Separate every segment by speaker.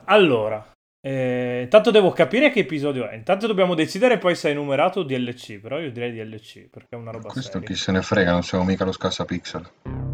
Speaker 1: Allora, intanto devo capire che episodio è. Intanto dobbiamo decidere poi se è numerato o DLC, però io direi DLC perché è una roba
Speaker 2: Questo
Speaker 1: seria.
Speaker 2: chi se ne frega, non siamo mica lo scassapixel.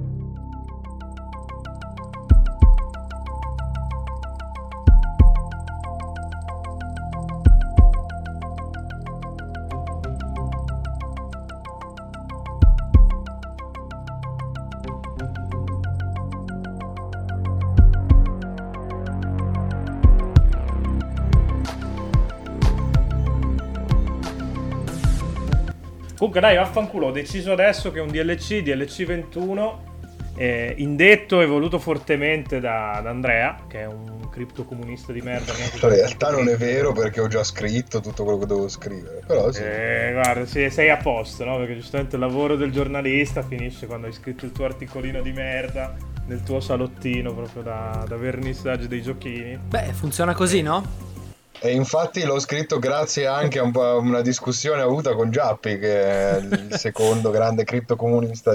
Speaker 1: Comunque dai, vaffanculo, ho deciso adesso che è un DLC 21, indetto e voluto fortemente da Andrea, che è un criptocomunista di merda, neanche
Speaker 2: In
Speaker 1: sa tanto
Speaker 2: realtà non è
Speaker 1: cripto.
Speaker 2: vero perché ho già scritto tutto quello che devo scrivere, però sì.
Speaker 1: Guarda, sei a posto, no? Perché giustamente il lavoro del giornalista finisce quando hai scritto il tuo articolino di merda nel tuo salottino, proprio da vernissage dei giochini.
Speaker 3: Beh, funziona così, no?
Speaker 2: E infatti l'ho scritto grazie anche a una discussione avuta con Giappi, che è il secondo grande criptocomunista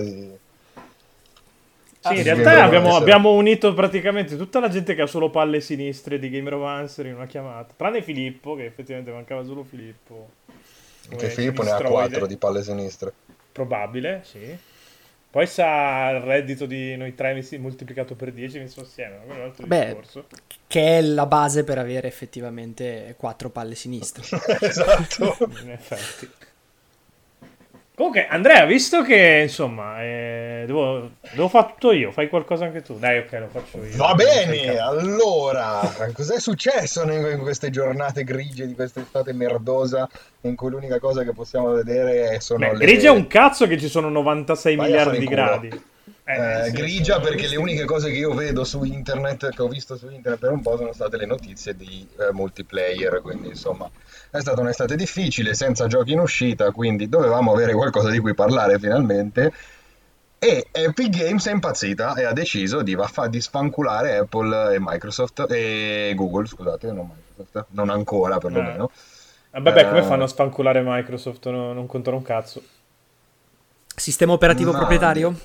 Speaker 1: Sì, in
Speaker 2: di
Speaker 1: realtà
Speaker 2: Gameromancer.
Speaker 1: abbiamo unito praticamente tutta la gente che ha solo palle sinistre di Game Romancer in una chiamata. Tranne Filippo, che effettivamente mancava solo Filippo
Speaker 2: Che
Speaker 1: come
Speaker 2: Filippo ne ha 4 di
Speaker 1: sinistroide.
Speaker 2: palle sinistre.
Speaker 1: Probabile, sì. Poi sa il reddito di noi tre moltiplicato per 10 messo assieme, ma quello è un altro
Speaker 3: Beh,
Speaker 1: discorso.
Speaker 3: che è la base per avere effettivamente quattro palle sinistre.
Speaker 2: Esatto.
Speaker 1: In effetti. Comunque, Andrea, visto che insomma, devo fare tutto io, fai qualcosa anche tu. Dai, ok, lo faccio io.
Speaker 2: Va
Speaker 1: Non sei
Speaker 2: bene,
Speaker 1: capace.
Speaker 2: allora, cos'è successo in queste giornate grigie di quest'estate merdosa in cui l'unica cosa che possiamo vedere sono
Speaker 1: Beh, grigia è un
Speaker 2: le...
Speaker 1: cazzo che ci sono 96
Speaker 2: Vai a fare
Speaker 1: miliardi
Speaker 2: in
Speaker 1: di
Speaker 2: culo.
Speaker 1: gradi. Nel senso,
Speaker 2: Grigia
Speaker 1: non l'ho
Speaker 2: perché le
Speaker 1: visto.
Speaker 2: uniche cose che io vedo su internet, che ho visto su internet per un po', sono state le notizie di multiplayer, quindi insomma è stata un'estate difficile, senza giochi in uscita, quindi dovevamo avere qualcosa di cui parlare finalmente. E Epic Games è impazzita e ha deciso di sfanculare Apple e Microsoft e Google, scusate, non Microsoft, non ancora
Speaker 1: Eh.
Speaker 2: perlomeno.
Speaker 1: Vabbè, come fanno
Speaker 2: Eh,
Speaker 1: a spanculare Microsoft? Non contano un cazzo.
Speaker 3: Sistema operativo
Speaker 2: ma
Speaker 3: proprietario?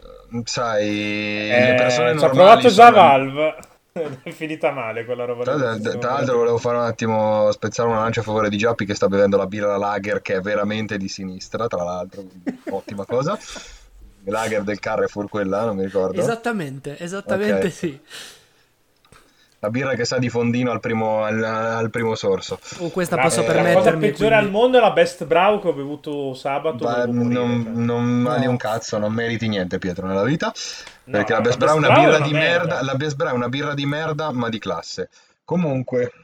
Speaker 2: sai, le persone
Speaker 1: Ci ha
Speaker 2: normali
Speaker 1: provato già
Speaker 2: sono...
Speaker 1: Valve. È finita male quella roba lì del sistema
Speaker 2: Tra l'altro
Speaker 1: operativo.
Speaker 2: volevo fare un attimo, spezzare una lancia a favore di Giappi che sta bevendo la birra Lager che è veramente di sinistra, tra l'altro, quindi ottima cosa. Lager del Carrefour quella, non mi ricordo.
Speaker 3: Esattamente,
Speaker 2: Ok.
Speaker 3: esattamente sì.
Speaker 2: La birra che sa di fondino al primo sorso.
Speaker 3: Con questa posso
Speaker 1: La cosa
Speaker 3: permettermi e
Speaker 1: peggiore al
Speaker 3: quindi...
Speaker 1: mondo è la Best Brow che ho bevuto sabato,
Speaker 2: Beh,
Speaker 1: volevo morire. Cioè.
Speaker 2: non vali un
Speaker 3: No.
Speaker 2: cazzo, non meriti niente, Pietro, nella vita.
Speaker 1: No,
Speaker 2: Perché la
Speaker 1: la
Speaker 2: Best Bra è
Speaker 1: Best
Speaker 2: una
Speaker 1: Brow è
Speaker 2: birra
Speaker 1: una
Speaker 2: di merda.
Speaker 1: merda.
Speaker 2: La Best Bra è una birra di merda, ma di classe. Comunque,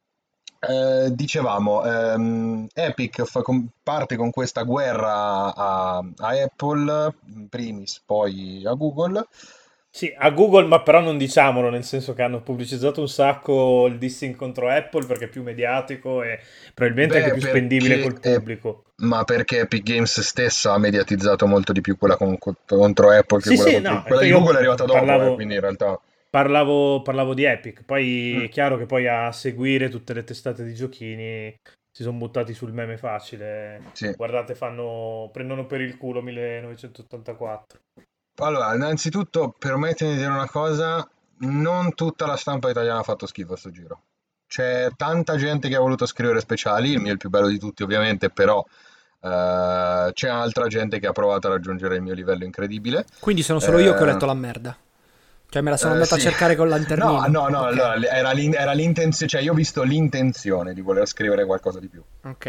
Speaker 2: dicevamo, Epic parte con questa guerra a Apple, in primis, poi a Google.
Speaker 1: Sì, a Google, ma però non diciamolo, nel senso che hanno pubblicizzato un sacco il dissing contro Apple perché è più mediatico e probabilmente anche
Speaker 2: Beh,
Speaker 1: più spendibile
Speaker 2: perché
Speaker 1: col pubblico.
Speaker 2: ma perché Epic Games stessa ha mediatizzato molto di più quella contro Apple che
Speaker 1: Sì,
Speaker 2: quella
Speaker 1: sì,
Speaker 2: contro...
Speaker 1: no,
Speaker 2: Quella di
Speaker 1: io
Speaker 2: Google è arrivata dopo,
Speaker 1: parlavo,
Speaker 2: quindi in realtà...
Speaker 1: parlavo di Epic. Poi
Speaker 2: Mm,
Speaker 1: è chiaro che poi a seguire tutte le testate di giochini si sono buttati sul meme facile.
Speaker 2: sì.
Speaker 1: Guardate, prendono per il culo 1984.
Speaker 2: Allora, innanzitutto, permettimi di dire una cosa, non tutta la stampa italiana ha fatto schifo a sto giro. C'è tanta gente che ha voluto scrivere speciali, il mio è il più bello di tutti ovviamente, però c'è altra gente che ha provato a raggiungere il mio livello incredibile.
Speaker 3: Quindi sono solo io che ho
Speaker 2: Eh,
Speaker 3: letto la merda. Cioè me la sono andata a
Speaker 2: sì.
Speaker 3: cercare col
Speaker 2: No,
Speaker 3: lanternino.
Speaker 2: no, no,
Speaker 3: Ok,
Speaker 2: allora, era l'intenzione, cioè io ho visto l'intenzione di voler scrivere qualcosa di più,
Speaker 3: ok.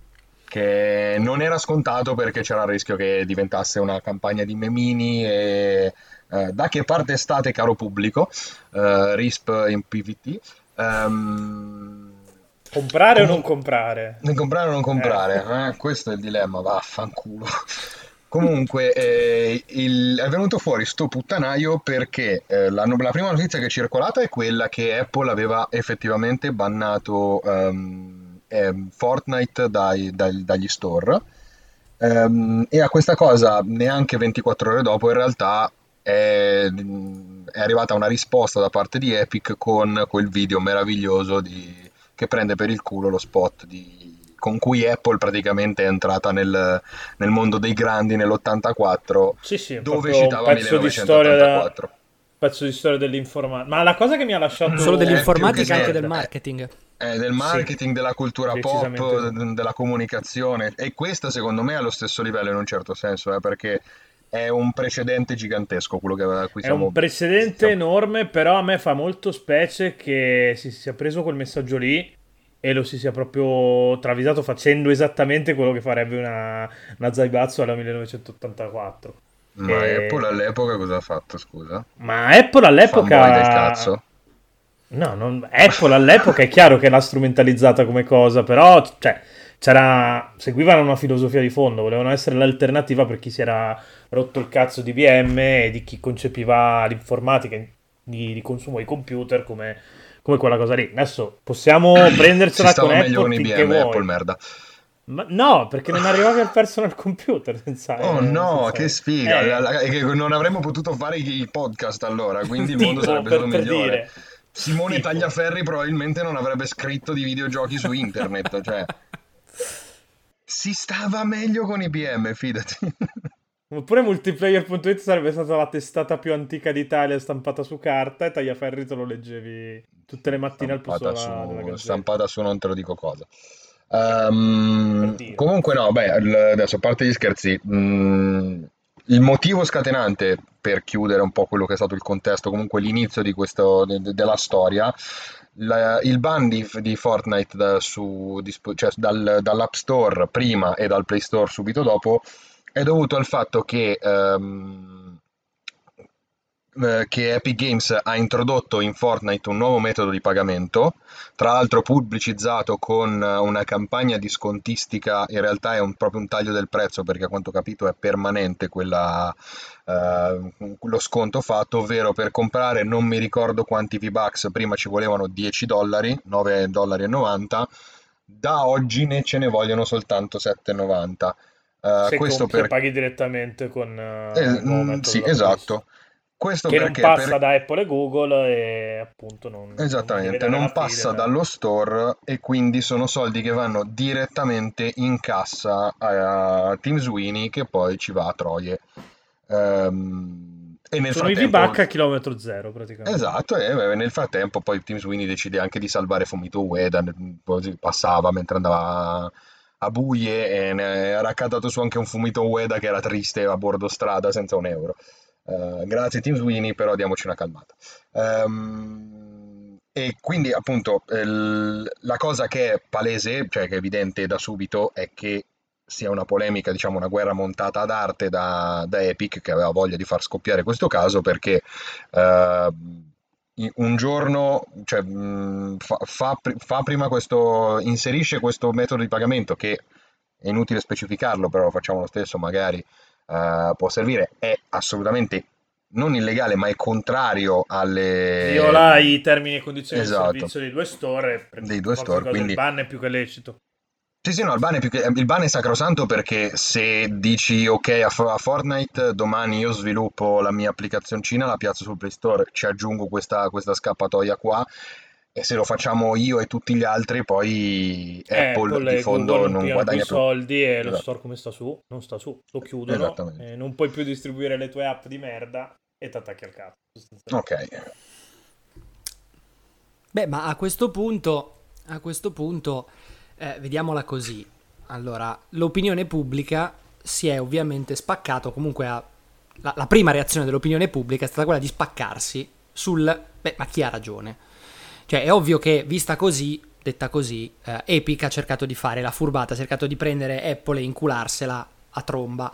Speaker 2: che non era scontato perché c'era il rischio che diventasse una campagna di memini e da che parte state, caro pubblico? RISP in PVT.
Speaker 1: Comprare o non
Speaker 2: Comunque,
Speaker 1: comprare?
Speaker 2: comprare o non
Speaker 1: Eh.
Speaker 2: comprare? Questo è il dilemma, vaffanculo. Comunque, è venuto fuori sto puttanaio perché la prima notizia che è circolata è quella che Apple aveva effettivamente bannato Fortnite dagli store. E a questa cosa, neanche 24 ore dopo, in realtà è arrivata una risposta da parte di Epic con quel video meraviglioso che prende per il culo lo spot con cui Apple praticamente è entrata nel mondo dei grandi nell'84,
Speaker 1: Sì, sì, è
Speaker 2: dove
Speaker 1: proprio un
Speaker 2: citava
Speaker 1: pezzo di storia da...
Speaker 2: 1984.
Speaker 1: pezzo di storia dell'informatica. Ma la cosa che mi ha lasciato...
Speaker 3: Solo dell'informatica,
Speaker 2: più che
Speaker 3: anche del
Speaker 2: niente.
Speaker 3: marketing.
Speaker 2: Del marketing, della cultura pop,
Speaker 1: decisamente.
Speaker 2: della comunicazione. E questo secondo me è allo stesso livello in un certo senso, perché è un precedente gigantesco quello a cui
Speaker 1: È un precedente enorme, però a me fa molto specie che si sia preso quel messaggio lì e lo si sia proprio travisato facendo esattamente quello che farebbe una Zaibatsu alla 1984.
Speaker 2: Ma Apple all'epoca cosa ha fatto, scusa?
Speaker 1: Ma Apple
Speaker 2: Fanboy del
Speaker 1: all'epoca...
Speaker 2: cazzo.
Speaker 1: No, Apple all'epoca è chiaro che l'ha strumentalizzata come cosa, però cioè, seguivano una filosofia di fondo, volevano essere l'alternativa per chi si era rotto il cazzo di IBM e di chi concepiva l'informatica di consumo di computer come quella cosa lì. Adesso possiamo
Speaker 2: Si
Speaker 1: prendercela con
Speaker 2: stava meglio con
Speaker 1: Apple finché
Speaker 2: IBM, Apple
Speaker 1: vuoi.
Speaker 2: merda.
Speaker 1: Ma no, perché non arrivavi al personal computer
Speaker 2: Oh no, che
Speaker 1: senza...
Speaker 2: sfiga! Che non avremmo potuto fare i podcast allora, quindi il mondo
Speaker 1: Tipo,
Speaker 2: sarebbe stato
Speaker 1: per
Speaker 2: migliore.
Speaker 1: dire.
Speaker 2: Simone
Speaker 1: Tipo.
Speaker 2: Tagliaferri probabilmente non avrebbe scritto di videogiochi su internet, cioè si stava meglio con IBM, fidati.
Speaker 1: Oppure multiplayer.it sarebbe stata la testata più antica d'Italia stampata su carta e Tagliaferri te lo leggevi tutte le mattine al posto della Gazzetta.
Speaker 2: Stampata su non te lo dico cosa.
Speaker 1: Per dire.
Speaker 2: Comunque no, beh, adesso a parte gli scherzi, il motivo scatenante per chiudere un po' quello che è stato il contesto, comunque l'inizio di della storia, il ban di Fortnite cioè dall'App Store prima e dal Play Store subito dopo è dovuto al fatto che Epic Games ha introdotto in Fortnite un nuovo metodo di pagamento, tra l'altro pubblicizzato con una campagna di scontistica, in realtà è proprio un taglio del prezzo perché a quanto ho capito è permanente lo sconto fatto, ovvero per comprare non mi ricordo quanti V-Bucks, prima ci volevano $10, $9,90, da oggi ce ne vogliono soltanto 7,90. Questo
Speaker 1: Se
Speaker 2: per...
Speaker 1: paghi direttamente con il nuovo metodo
Speaker 2: sì,
Speaker 1: d'acquisto.
Speaker 2: esatto. Questo
Speaker 1: Che non
Speaker 2: perché
Speaker 1: passa da Apple e Google e appunto non devi
Speaker 2: esattamente,
Speaker 1: vedere
Speaker 2: non
Speaker 1: la
Speaker 2: passa
Speaker 1: fila.
Speaker 2: dallo store e quindi sono soldi che vanno direttamente in cassa a Team Sweeney che poi ci va a troie. E nel
Speaker 1: Sono i
Speaker 2: frattempo,
Speaker 1: V-Buck a chilometro zero praticamente.
Speaker 2: esatto, e nel frattempo poi Team Sweeney decide anche di salvare Fumito Ueda, così passava mentre andava a buie e ne era accattato su anche un Fumito Ueda che era triste a bordo strada senza un euro. Grazie Team Sweeney, però diamoci una calmata. E quindi appunto la cosa che è palese, cioè che è evidente da subito, è che sia una polemica, diciamo una guerra montata ad arte da Epic che aveva voglia di far scoppiare questo caso perché eh, un giorno, cioè, fa prima inserisce questo metodo di pagamento che è inutile specificarlo, però lo facciamo lo stesso, magari può servire, è assolutamente non illegale, ma è contrario alle...
Speaker 1: Viola i termini e condizioni del
Speaker 2: Esatto,
Speaker 1: servizio dei due store e
Speaker 2: dei
Speaker 1: per
Speaker 2: due
Speaker 1: forza di
Speaker 2: store,
Speaker 1: cose il
Speaker 2: quindi...
Speaker 1: ban è più che lecito.
Speaker 2: Sì, sì, no, il ban è sacrosanto perché se dici ok a Fortnite, domani io sviluppo la mia applicazioncina, la piazzo sul Play Store, ci aggiungo questa scappatoia qua e se lo facciamo io e tutti gli altri, poi Apple
Speaker 1: Apple
Speaker 2: di
Speaker 1: e Google
Speaker 2: fondo
Speaker 1: non
Speaker 2: non
Speaker 1: pigliano quei
Speaker 2: guadagna più.
Speaker 1: soldi e lo
Speaker 2: Esatto,
Speaker 1: store come sta su? Non sta su, lo chiudono,
Speaker 2: esattamente.
Speaker 1: non puoi più distribuire le tue app di merda e ti attacchi al cazzo, sostanzialmente.
Speaker 2: Ok.
Speaker 3: Beh, ma a questo punto, vediamola così. Allora, l'opinione pubblica si è ovviamente spaccato, comunque la prima reazione dell'opinione pubblica è stata quella di spaccarsi beh, ma chi ha ragione? Cioè, è ovvio che, vista così, detta così, Epic ha cercato di fare la furbata, ha cercato di prendere Apple e incularsela a tromba.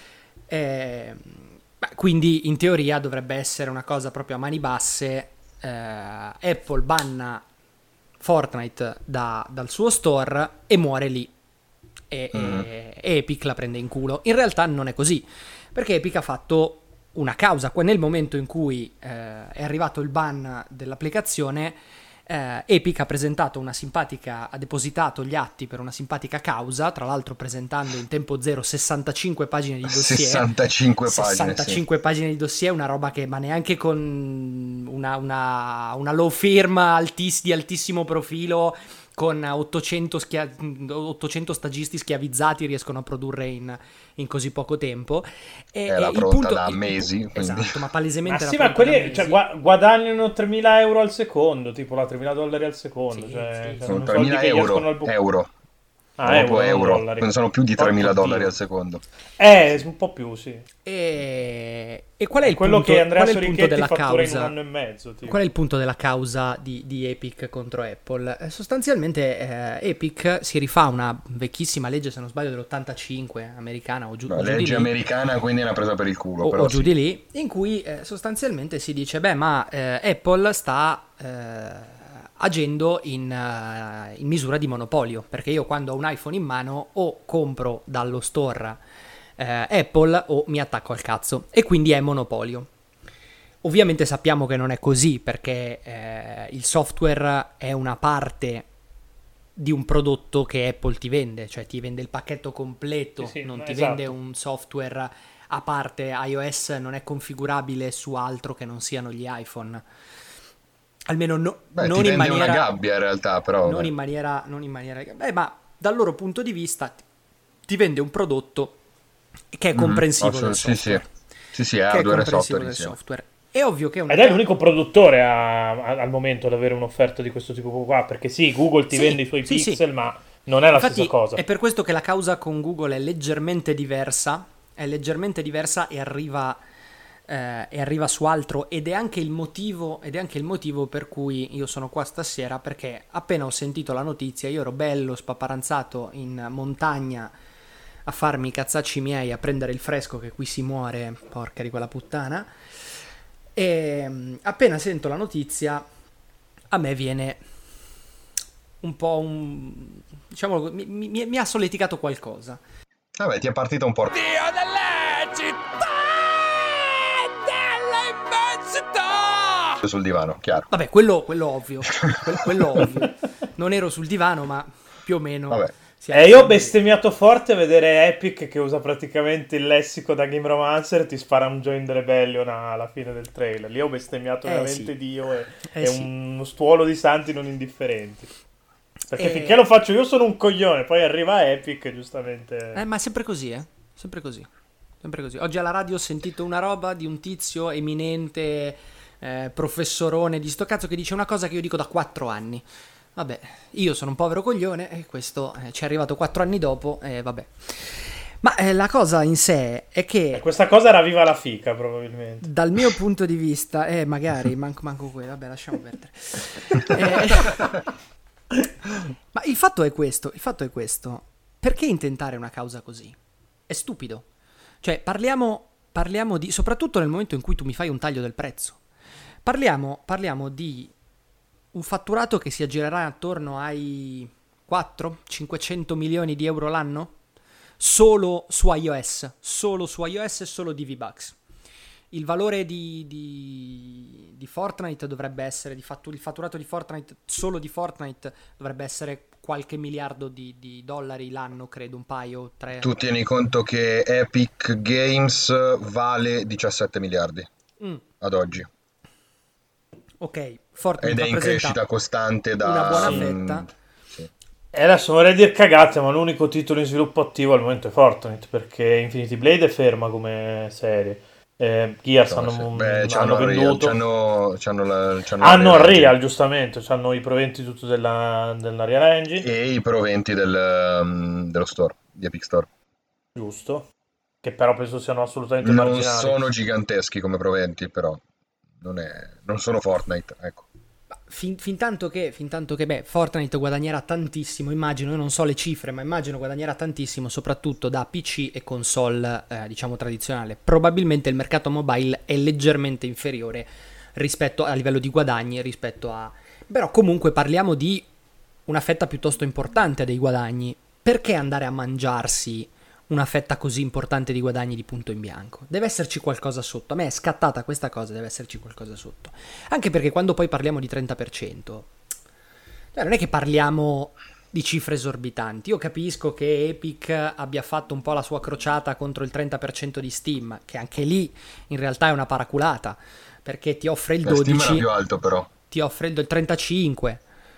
Speaker 3: Quindi, in teoria, dovrebbe essere una cosa proprio a mani basse. Apple banna Fortnite dal suo store e muore lì. E Epic la prende in culo. In realtà non è così, perché Epic ha fatto una causa. Nel momento in cui è arrivato il ban dell'applicazione, Epic ha depositato gli atti per una simpatica causa, tra l'altro presentando in tempo zero 65 pagine di dossier.
Speaker 2: 65 pagine,
Speaker 3: 65
Speaker 2: sì.
Speaker 3: pagine di dossier, una roba che ma neanche con una law firm di altissimo profilo con 800 stagisti schiavizzati riescono a produrre in così poco tempo.
Speaker 2: Era pronta da mesi.
Speaker 3: Esatto, ma palesemente
Speaker 1: ma quelli guadagnano 3.000 euro al secondo, tipo là, $3.000 al secondo.
Speaker 3: Sì,
Speaker 1: cioè,
Speaker 3: sì,
Speaker 2: sono 3.000 euro.
Speaker 1: euro.
Speaker 2: Sono più di $3.000 al secondo.
Speaker 1: Un po' più, sì.
Speaker 3: E qual è il
Speaker 1: quello
Speaker 3: punto,
Speaker 1: che Andrea
Speaker 3: qual è il punto
Speaker 1: Sorichetti
Speaker 3: della
Speaker 1: fattura
Speaker 3: causa?
Speaker 1: in un anno e mezzo. Tipo.
Speaker 3: Qual è il punto della causa di Epic contro Apple? Sostanzialmente Epic si rifà a una vecchissima legge, se non sbaglio, dell'85 americana o giù, o giù di
Speaker 2: legge
Speaker 3: lì.
Speaker 2: americana, quindi è una presa per il culo.
Speaker 3: O giù di lì, in cui sostanzialmente si dice, Apple sta agendo in misura di monopolio, perché io quando ho un iPhone in mano o compro dallo store Apple o mi attacco al cazzo, e quindi è monopolio. Ovviamente sappiamo che non è così, perché il software è una parte di un prodotto che Apple ti vende, cioè ti vende il pacchetto completo,
Speaker 1: sì,
Speaker 3: non ti
Speaker 1: esatto.
Speaker 3: vende un software a parte. iOS non è configurabile su altro che non siano gli iPhone. Almeno non
Speaker 2: ti
Speaker 3: in maniera,
Speaker 2: una gabbia in realtà, però
Speaker 3: non in maniera ma dal loro punto di vista ti vende un prodotto che è comprensivo del software.
Speaker 2: Sì, è hardware e software insieme.
Speaker 3: È ovvio che
Speaker 1: ed è l'unico produttore al momento ad avere un'offerta di questo tipo qua, perché sì, Google ti vende i suoi pixel, ma non è la stessa cosa.
Speaker 3: È per questo che la causa con Google è leggermente diversa e arriva su altro, ed è anche il motivo per cui io sono qua stasera, perché appena ho sentito la notizia io ero bello spaparanzato in montagna a farmi i cazzacci miei, a prendere il fresco, che qui si muore, porca di quella puttana, e appena sento la notizia a me viene un po' diciamo, mi ha solleticato qualcosa.
Speaker 2: Vabbè, ti è partita un po'.
Speaker 4: Dio delle città, dell'immensità.
Speaker 2: Sul divano, chiaro.
Speaker 3: Vabbè, quello ovvio. quello ovvio. Non ero sul divano, ma più o meno.
Speaker 2: Vabbè.
Speaker 1: Io ho bestemmiato forte a vedere Epic che usa praticamente il lessico da Game Romancer, ti spara un Join the Rebellion alla fine del trailer. Lì ho bestemmiato veramente Dio e uno stuolo di santi non indifferenti. Perché finché lo faccio io sono un coglione, poi arriva Epic, giustamente.
Speaker 3: Ma è sempre così, sempre così. Oggi alla radio ho sentito una roba di un tizio eminente, professorone di sto cazzo, che dice una cosa che io dico da 4 anni. Vabbè, io sono un povero coglione e questo ci è arrivato 4 anni dopo, vabbè. Ma la cosa in sé è che...
Speaker 1: questa cosa era viva la fica, probabilmente.
Speaker 3: Dal mio punto di vista, magari, manco quello, vabbè, lasciamo perdere. Ma il fatto è questo. Perché intentare una causa così? È stupido. Cioè, parliamo di... soprattutto nel momento in cui tu mi fai un taglio del prezzo. Parliamo di un fatturato che si aggirerà attorno ai 400-500 milioni di euro l'anno? Solo su iOS e solo di V-Bucks. Il valore di Fortnite dovrebbe essere, il fatturato di Fortnite, solo di Fortnite, dovrebbe essere qualche miliardo di dollari l'anno, credo, un paio, 3.
Speaker 2: Tu tieni conto che Epic Games vale 17 miliardi ad oggi.
Speaker 3: Ok, Fortnite
Speaker 2: ed è in crescita costante da
Speaker 3: una buona fetta.
Speaker 2: Sì.
Speaker 1: E adesso vorrei dire cagate, ma l'unico titolo in sviluppo attivo al momento è Fortnite, perché Infinity Blade è ferma come serie. Gears hanno venduto, hanno Unreal, giustamente, hanno i proventi tutto dell'Unreal Engine
Speaker 2: e i proventi dello store, di Epic Store,
Speaker 1: giusto, che però penso siano assolutamente
Speaker 2: non
Speaker 1: marginali.
Speaker 2: Sono giganteschi come proventi, però non sono Fortnite, ecco.
Speaker 3: Fin tanto che Fortnite guadagnerà tantissimo, immagino, io non so le cifre, ma immagino guadagnerà tantissimo soprattutto da PC e console, diciamo tradizionale. Probabilmente il mercato mobile è leggermente inferiore rispetto a livello di guadagni rispetto a... Però comunque parliamo di una fetta piuttosto importante dei guadagni. Perché andare a mangiarsi una fetta così importante di guadagni di punto in bianco? Deve esserci qualcosa sotto. A me è scattata questa cosa, deve esserci qualcosa sotto. Anche perché quando poi parliamo di 30%, cioè non è che parliamo di cifre esorbitanti. Io capisco che Epic abbia fatto un po' la sua crociata contro il 30% di Steam, che anche lì in realtà è una paraculata, perché ti offre il 12%.
Speaker 2: Steam era più alto, però.
Speaker 3: Ti offre il 35%.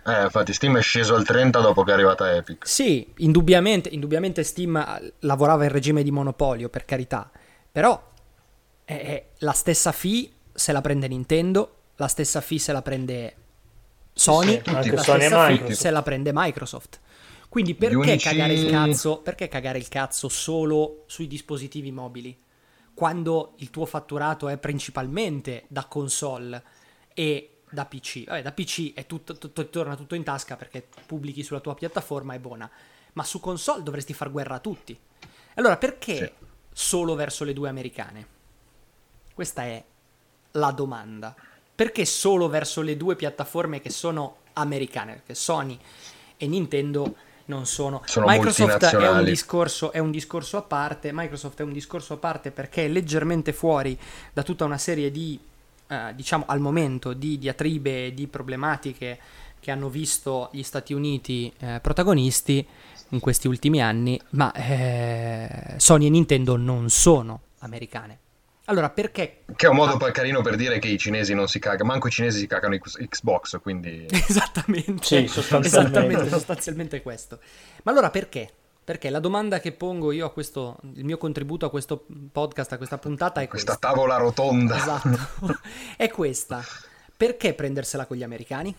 Speaker 2: Infatti Steam è sceso al 30 dopo che è arrivata Epic.
Speaker 3: Sì, indubbiamente Steam lavorava in regime di monopolio, per carità, però la stessa fee se la prende Nintendo, la stessa fee se la prende Sony,
Speaker 1: Sì, anche
Speaker 3: la
Speaker 1: Sony e
Speaker 3: stessa fee
Speaker 1: Microsoft.
Speaker 3: se la prende Microsoft. Quindi
Speaker 2: Gli unici...
Speaker 3: perché cagare il cazzo solo sui dispositivi mobili? Quando il tuo fatturato è principalmente da console e da PC. Vabbè, da PC è torna tutto in tasca perché pubblichi sulla tua piattaforma, è buona. Ma su console dovresti far guerra a tutti. Allora, perché
Speaker 2: Sì.
Speaker 3: solo verso le due americane? Questa è la domanda. Perché solo verso le due piattaforme che sono americane? Perché Sony e Nintendo non sono.
Speaker 2: Sono
Speaker 3: Microsoft
Speaker 2: multinazionali.
Speaker 3: è un discorso a parte. Microsoft è un discorso a parte perché è leggermente fuori da tutta una serie di, diciamo al momento, di diatribe, di problematiche che hanno visto gli Stati Uniti protagonisti in questi ultimi anni, ma Sony e Nintendo non sono americane. Allora, perché?
Speaker 2: Che è un modo poi carino per dire che i cinesi non si cagano, manco i cinesi si cagano Xbox, quindi...
Speaker 3: Esattamente.
Speaker 1: Sì, sostanzialmente.
Speaker 3: Sostanzialmente questo. Ma allora perché? Perché la domanda che pongo io il mio contributo a questo podcast, a questa puntata è
Speaker 2: Questa
Speaker 3: questa.
Speaker 2: tavola rotonda.
Speaker 3: Esatto. È questa. Perché prendersela con gli americani?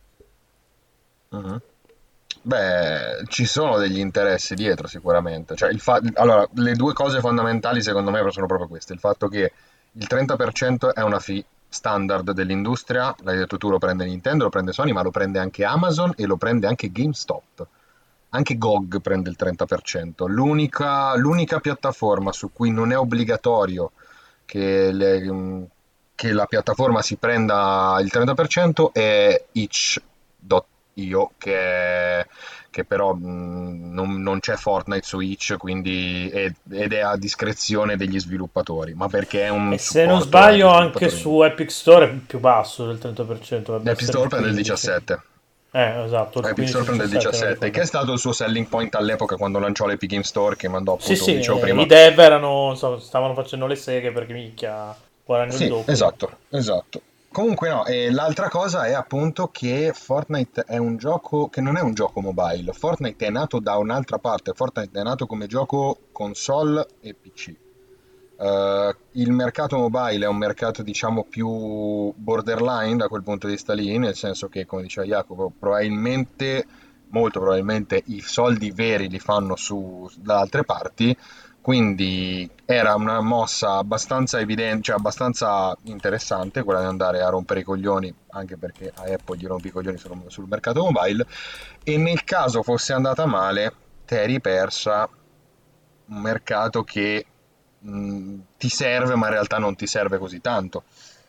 Speaker 2: Mhm. Beh, ci sono degli interessi dietro sicuramente. Cioè, allora, le due cose fondamentali secondo me sono proprio queste. Il fatto che il 30% è una fee standard dell'industria, l'hai detto tu, lo prende Nintendo, lo prende Sony, ma lo prende anche Amazon e lo prende anche GameStop. Anche GOG prende il 30%. L'unica piattaforma su cui non è obbligatorio che, che la piattaforma si prenda il 30% è itch.io, che però non c'è Fortnite su itch, ed è a discrezione degli sviluppatori, ma perché è un
Speaker 1: E se non
Speaker 2: supporto agli
Speaker 1: sbaglio anche
Speaker 2: sviluppatori.
Speaker 1: su Epic Store è più basso del 30%, dovrebbe
Speaker 2: Epic
Speaker 1: essere
Speaker 2: Store
Speaker 1: il
Speaker 2: prende il
Speaker 1: 15.
Speaker 2: 17.
Speaker 1: Esatto, il
Speaker 2: Epic
Speaker 1: 15
Speaker 2: Store prende il
Speaker 1: 17, me lo
Speaker 2: 17, che è
Speaker 1: ricordo.
Speaker 2: stato il suo selling point all'epoca quando lanciò l'Epic Game Store, che mandò
Speaker 1: Sì,
Speaker 2: appunto,
Speaker 1: sì,
Speaker 2: come dicevo prima.
Speaker 1: i dev erano, stavano facendo le seghe perché minchia, guadagno il
Speaker 2: Sì,
Speaker 1: doppio.
Speaker 2: esatto, esatto. Comunque no, e l'altra cosa è appunto che Fortnite è un gioco che non è un gioco mobile. Fortnite è nato da un'altra parte, Fortnite è nato come gioco console e PC. Il mercato mobile è un mercato diciamo più borderline da quel punto di vista lì, nel senso che, come diceva Jacopo, molto probabilmente i soldi veri li fanno da altre parti, quindi era una mossa abbastanza evidente, cioè abbastanza interessante quella di andare a rompere i coglioni, anche perché a Apple gli rompi i coglioni sul mercato mobile, e nel caso fosse andata male, te eri persa un mercato che ti serve, ma in realtà non ti serve così tanto.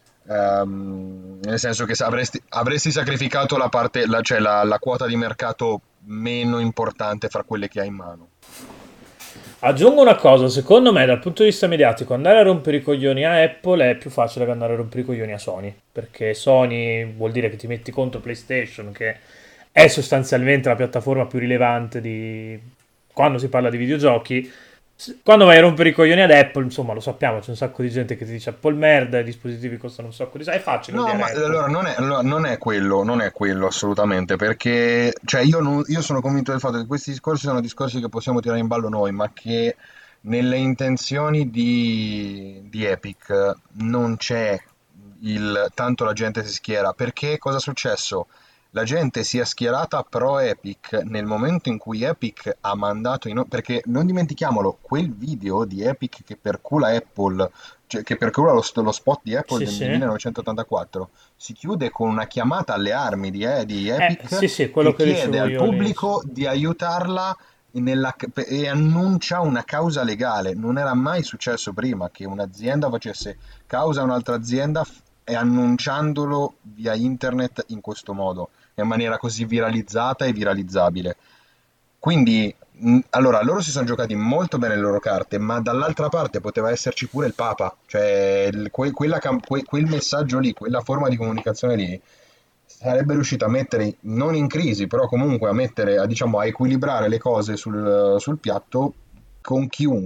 Speaker 2: Nel senso che avresti sacrificato cioè la quota di mercato meno importante fra quelle che hai in mano.
Speaker 1: Aggiungo una cosa, secondo me dal punto di vista mediatico andare a rompere i coglioni a Apple è più facile che andare a rompere i coglioni a Sony, perché Sony vuol dire che ti metti contro PlayStation, che è sostanzialmente la piattaforma più rilevante di quando si parla di videogiochi. Quando vai a rompere i coglioni ad Apple, insomma, lo sappiamo, c'è un sacco di gente che ti dice Apple merda, i dispositivi costano un sacco di soldi. È facile
Speaker 2: No,
Speaker 1: odiare
Speaker 2: ma
Speaker 1: Apple.
Speaker 2: allora non è quello assolutamente, perché cioè io sono convinto del fatto che questi discorsi sono discorsi che possiamo tirare in ballo noi, ma che nelle intenzioni di Epic non c'è il tanto la gente si schiera, perché cosa è successo? La gente si è schierata pro Epic nel momento in cui Epic ha mandato perché non dimentichiamolo, quel video di Epic che percula Apple, cioè che percula lo spot di Apple
Speaker 1: Sì,
Speaker 2: del
Speaker 1: sì.
Speaker 2: 1984, si chiude con una chiamata alle armi di Epic,
Speaker 1: Sì, sì, quello
Speaker 2: che
Speaker 1: che
Speaker 2: chiede
Speaker 1: dicevo
Speaker 2: al
Speaker 1: io all'inizio.
Speaker 2: pubblico di aiutarla e annuncia una causa legale. Non era mai successo prima che un'azienda facesse causa a un'altra azienda e annunciandolo via internet in questo modo, in maniera così viralizzata e viralizzabile. Quindi, allora, loro si sono giocati molto bene le loro carte, ma dall'altra parte poteva esserci pure il Papa, cioè quel messaggio lì, quella forma di comunicazione lì, sarebbe riuscito a mettere, non in crisi, però comunque a mettere, diciamo, a equilibrare le cose sul piatto con chiunque.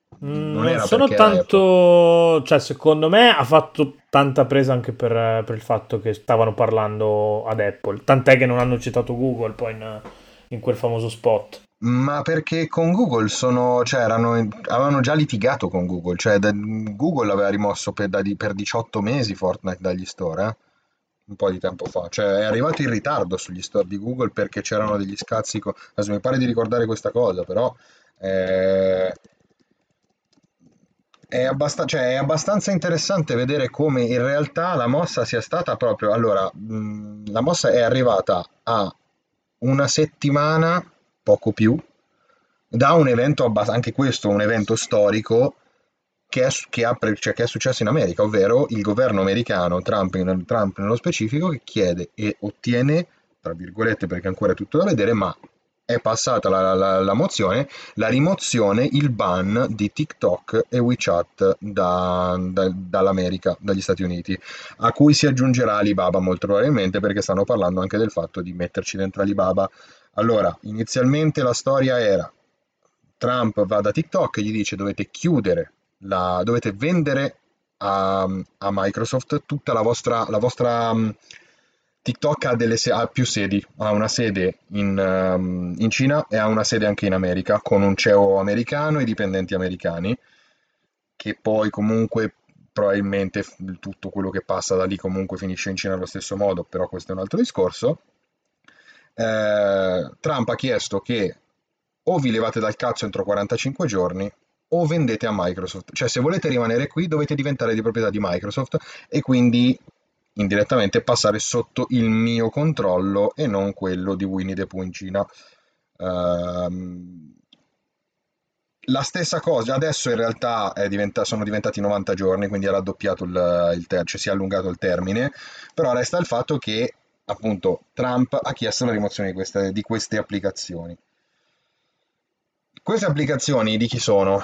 Speaker 2: Non
Speaker 1: Non
Speaker 2: era
Speaker 1: sono
Speaker 2: perché era Apple.
Speaker 1: tanto, cioè secondo me ha fatto tanta presa anche per il fatto che stavano parlando ad Apple, tant'è che non hanno citato Google poi in quel famoso spot.
Speaker 2: Ma perché con Google cioè avevano già litigato con Google, cioè Google aveva rimosso per 18 mesi Fortnite dagli store, un po' di tempo fa, cioè è arrivato in ritardo sugli store di Google perché c'erano degli scazzi, adesso mi pare di ricordare questa cosa, però eh, cioè, è abbastanza interessante vedere come in realtà la mossa sia stata proprio. Allora, la mossa è arrivata a una settimana, poco più, da un evento, anche questo un evento storico che è successo in America, ovvero il governo americano, Trump nello specifico, che chiede e ottiene, tra virgolette perché ancora è tutto da vedere, ma è passata la mozione, la rimozione, il ban di TikTok e WeChat dall'America, dagli Stati Uniti, a cui si aggiungerà Alibaba molto probabilmente perché stanno parlando anche del fatto di metterci dentro Alibaba. Allora, inizialmente la storia era Trump va da TikTok e gli dice dovete vendere a Microsoft tutta la vostra. TikTok ha più sedi, ha una sede in Cina e ha una sede anche in America, con un CEO americano e dipendenti americani, che poi comunque probabilmente tutto quello che passa da lì comunque finisce in Cina allo stesso modo, però questo è un altro discorso. Trump ha chiesto che o vi levate dal cazzo entro 45 giorni o vendete a Microsoft. Cioè, se volete rimanere qui, dovete diventare di proprietà di Microsoft e quindi indirettamente passare sotto il mio controllo e non quello di Winnie the Pooh in Cina. Ehm, la stessa cosa, adesso in realtà sono diventati 90 giorni, quindi è raddoppiato cioè si è allungato il termine, però resta il fatto che appunto Trump ha chiesto la rimozione di queste applicazioni. Queste applicazioni di chi sono?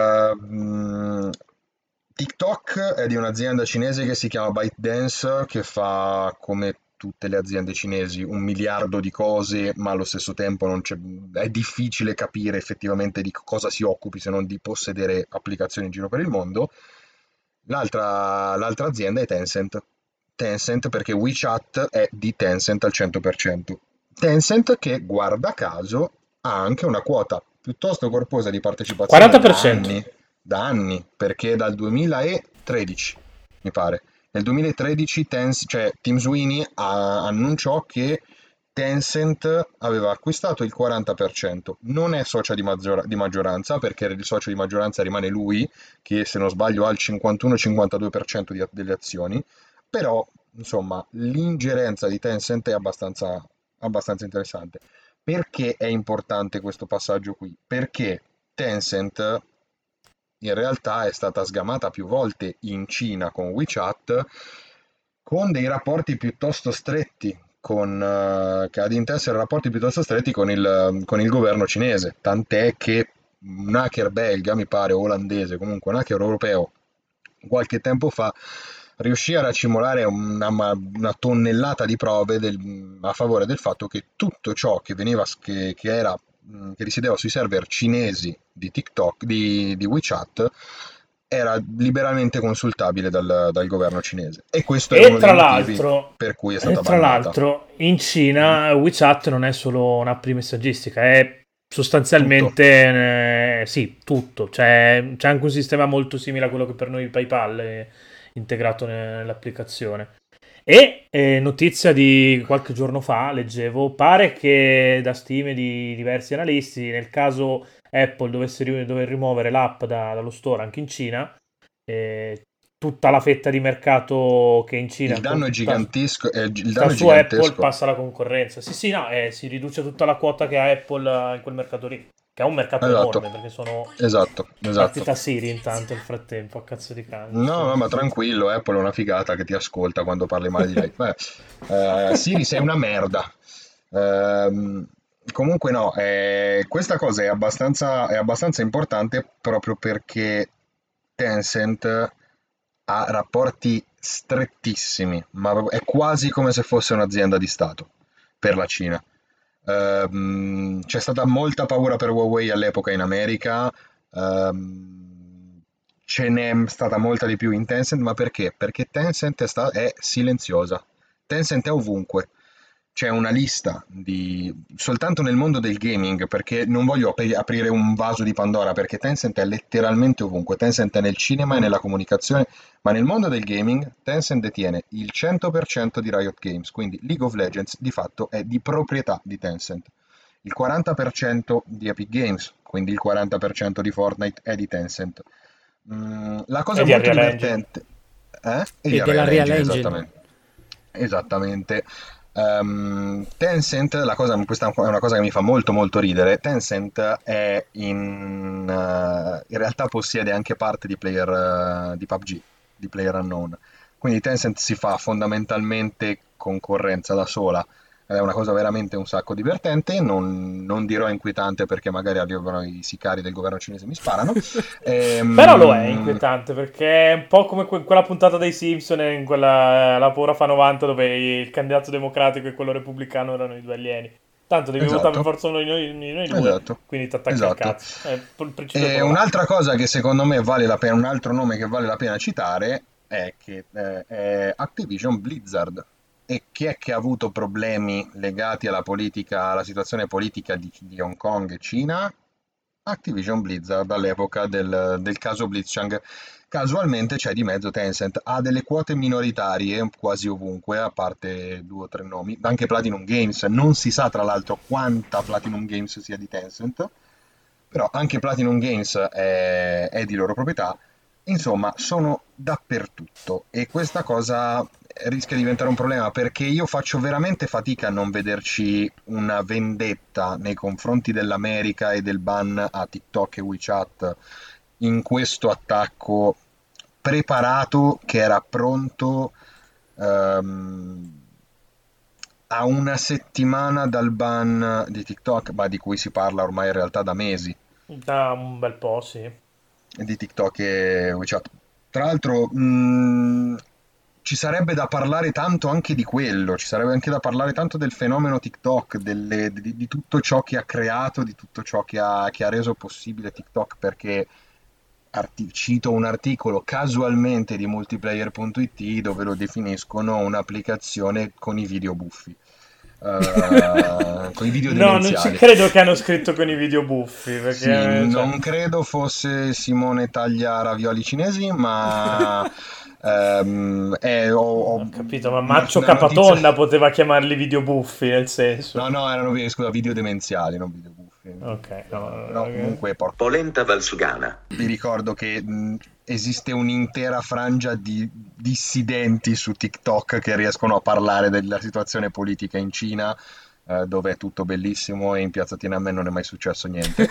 Speaker 2: TikTok è di un'azienda cinese che si chiama ByteDance, che fa come tutte le aziende cinesi 1 miliardo di cose, ma allo stesso tempo è difficile capire effettivamente di cosa si occupi se non di possedere applicazioni in giro per il mondo. L'altra azienda è Tencent. Tencent perché WeChat è di Tencent al 100%. Tencent che, guarda caso, ha anche una quota piuttosto corposa di partecipazione
Speaker 1: 40%.
Speaker 2: da anni, perché dal 2013, mi pare. Nel 2013 cioè, Tim Sweeney annunciò che Tencent aveva acquistato il 40%. Non è socia di maggioranza, perché il socio di maggioranza rimane lui, che se non sbaglio ha il 51-52% delle azioni, però insomma l'ingerenza di Tencent è abbastanza interessante. Perché è importante questo passaggio qui? Perché Tencent in realtà è stata sgamata più volte in Cina con WeChat con dei rapporti piuttosto stretti, che ha ad intessere rapporti piuttosto stretti con il governo cinese, tant'è che un hacker belga, mi pare, o olandese, comunque un hacker europeo, qualche tempo fa riuscì a racimolare una tonnellata di prove a favore del fatto che tutto ciò che risiedeva sui server cinesi di TikTok, di WeChat, era liberamente consultabile dal governo cinese. E questo è
Speaker 1: E
Speaker 2: uno dei
Speaker 1: tra
Speaker 2: motivi
Speaker 1: l'altro,
Speaker 2: per cui è
Speaker 1: e
Speaker 2: stata
Speaker 1: tra
Speaker 2: bannata.
Speaker 1: l'altro, in
Speaker 2: Mhm.
Speaker 1: Cina WeChat non è solo un'app di messaggistica, è
Speaker 2: Tutto.
Speaker 1: sostanzialmente sì, tutto. C'è anche un sistema molto simile a quello che per noi PayPal è integrato nell'applicazione. E notizia di qualche giorno fa, leggevo, pare che da stime di diversi analisti, nel caso Apple dovesse dover rimuovere l'app dallo store anche in Cina, eh, tutta la fetta di mercato che in Cina
Speaker 2: Il danno è gigantesco, il
Speaker 1: sta
Speaker 2: danno è
Speaker 1: su Apple
Speaker 2: gigantesco.
Speaker 1: passa alla concorrenza. Sì, sì, no, si riduce tutta la quota che ha Apple in quel mercato lì, che è un mercato
Speaker 2: Esatto,
Speaker 1: enorme perché sono
Speaker 2: esatto, esatto.
Speaker 1: partita Siri intanto nel frattempo, a cazzo di cane.
Speaker 2: No, no,
Speaker 1: Giustamente.
Speaker 2: ma tranquillo, Apple è una figata che ti ascolta quando parli male di lei. Beh, Siri sei una merda. Ehm, comunque no, questa cosa è abbastanza importante proprio perché Tencent ha rapporti strettissimi, ma è quasi come se fosse un'azienda di Stato per la Cina. C'è stata molta paura per Huawei all'epoca in America. ce n'è stata molta di più in Tencent, ma perché? Perché Tencent è silenziosa. Tencent è ovunque. C'è una lista soltanto nel mondo del gaming, perché non voglio aprire un vaso di Pandora, perché Tencent è letteralmente ovunque. Tencent è nel cinema e nella comunicazione, ma nel mondo del gaming Tencent detiene il 100% di Riot Games, quindi League of Legends di fatto è di proprietà di Tencent. Il 40% di Epic Games, quindi il 40% di Fortnite è di Tencent. La cosa
Speaker 1: E di
Speaker 2: molto
Speaker 1: Unreal Engine.
Speaker 2: divertente e
Speaker 3: E
Speaker 2: di
Speaker 3: della Real Engine.
Speaker 2: esattamente. Esattamente. Tencent, questa è una cosa che mi fa molto molto ridere. Tencent è in realtà possiede anche parte di di PUBG, di PlayerUnknown. Quindi Tencent si fa fondamentalmente concorrenza da sola. È una cosa veramente un sacco divertente, non dirò inquietante perché magari arrivano i sicari del governo cinese e mi sparano.
Speaker 1: Però lo è inquietante perché è un po' come quella puntata dei Simpson in quella La Paura fa 90 dove il candidato democratico e quello repubblicano erano i due alieni. Tanto devi votare per forza uno di noi due,
Speaker 2: Esatto.
Speaker 1: quindi ti attacchi al cazzo. È il principio
Speaker 2: E un'altra cosa che secondo me vale la pena, un altro nome che vale la pena citare è che è Activision Blizzard. E chi è che ha avuto problemi legati alla politica, alla situazione politica di Hong Kong e Cina? Activision Blizzard all'epoca del caso Blitzchung. Casualmente c'è di mezzo Tencent, ha delle quote minoritarie quasi ovunque, a parte 2 o 3 nomi, anche Platinum Games, non si sa tra l'altro quanta Platinum Games sia di Tencent, però anche Platinum Games è di loro proprietà. Insomma, sono dappertutto e questa cosa rischia di diventare un problema perché io faccio veramente fatica a non vederci una vendetta nei confronti dell'America e del ban a TikTok e WeChat in questo attacco preparato che era pronto a una settimana dal ban di TikTok, ma di cui si parla ormai in realtà da mesi.
Speaker 1: Da un bel po', sì.
Speaker 2: Di TikTok e WeChat. Tra l'altro, ci sarebbe da parlare tanto anche di quello, ci sarebbe anche da parlare tanto del fenomeno TikTok, di tutto ciò che ha creato, di tutto ciò che ha reso possibile TikTok, perché cito un articolo casualmente di multiplayer.it dove lo definiscono un'applicazione con i video buffi. Con i video
Speaker 1: no, non ci credo che hanno scritto con i video buffi perché,
Speaker 2: sì, non credo fosse Simone Taglia ravioli cinesi, ma
Speaker 1: ho capito, ma Maccio Capatonda notizia... poteva chiamarli video buffi, nel senso
Speaker 2: no, erano video demenziali, non video buffi.
Speaker 1: Ok,
Speaker 2: no, comunque
Speaker 5: polenta valsugana.
Speaker 2: Vi ricordo che esiste un'intera frangia di dissidenti su TikTok che riescono a parlare della situazione politica in Cina, dove è tutto bellissimo e in piazza Tiananmen non è mai successo niente.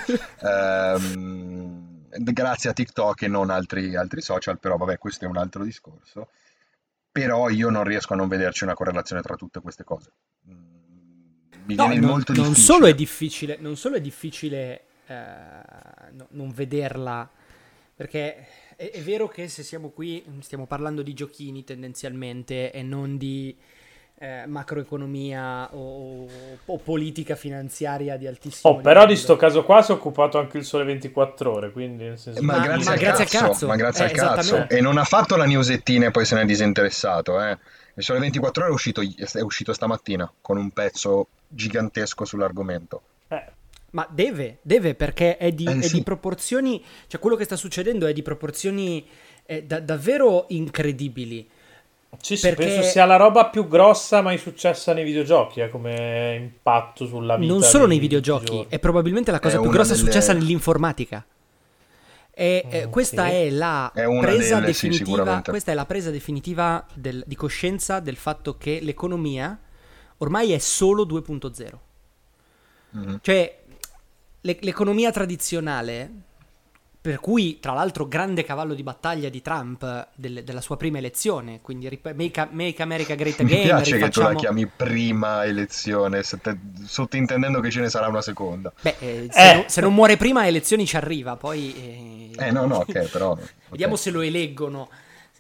Speaker 2: Grazie a TikTok e non altri social, però vabbè, questo è un altro discorso. Però io non riesco a non vederci una correlazione tra tutte queste cose. Mi viene molto difficile.
Speaker 3: Non solo è difficile non vederla, perché è vero che se siamo qui stiamo parlando di giochini tendenzialmente e non di macroeconomia o politica finanziaria di altissimo livello.
Speaker 1: Però di sto caso qua si è occupato anche il Sole 24 Ore, quindi nel senso
Speaker 2: ma grazie al cazzo. Ma grazie al cazzo. E non ha fatto la newsettina e poi se ne è disinteressato. Il Sole 24 Ore è uscito stamattina con un pezzo gigantesco sull'argomento.
Speaker 3: Ma deve perché è di proporzioni, cioè quello che sta succedendo è di proporzioni davvero incredibili.
Speaker 1: Sì, penso sia la roba più grossa mai successa nei videogiochi, come impatto sulla vita.
Speaker 3: Non solo nei videogiochi, è probabilmente la cosa più grossa successa nell'informatica. E questa è la presa definitiva. Questa è la presa definitiva di coscienza del fatto che l'economia ormai è solo 2.0. Mm-hmm. Cioè l'economia tradizionale, per cui tra l'altro grande cavallo di battaglia di Trump della sua prima elezione, quindi Make America Great Again.
Speaker 2: Mi piace che tu la chiami prima elezione, sottintendendo che ce ne sarà una seconda.
Speaker 3: Se non muore prima, elezioni ci arriva, poi
Speaker 2: no, ok, però
Speaker 3: vediamo se lo eleggono.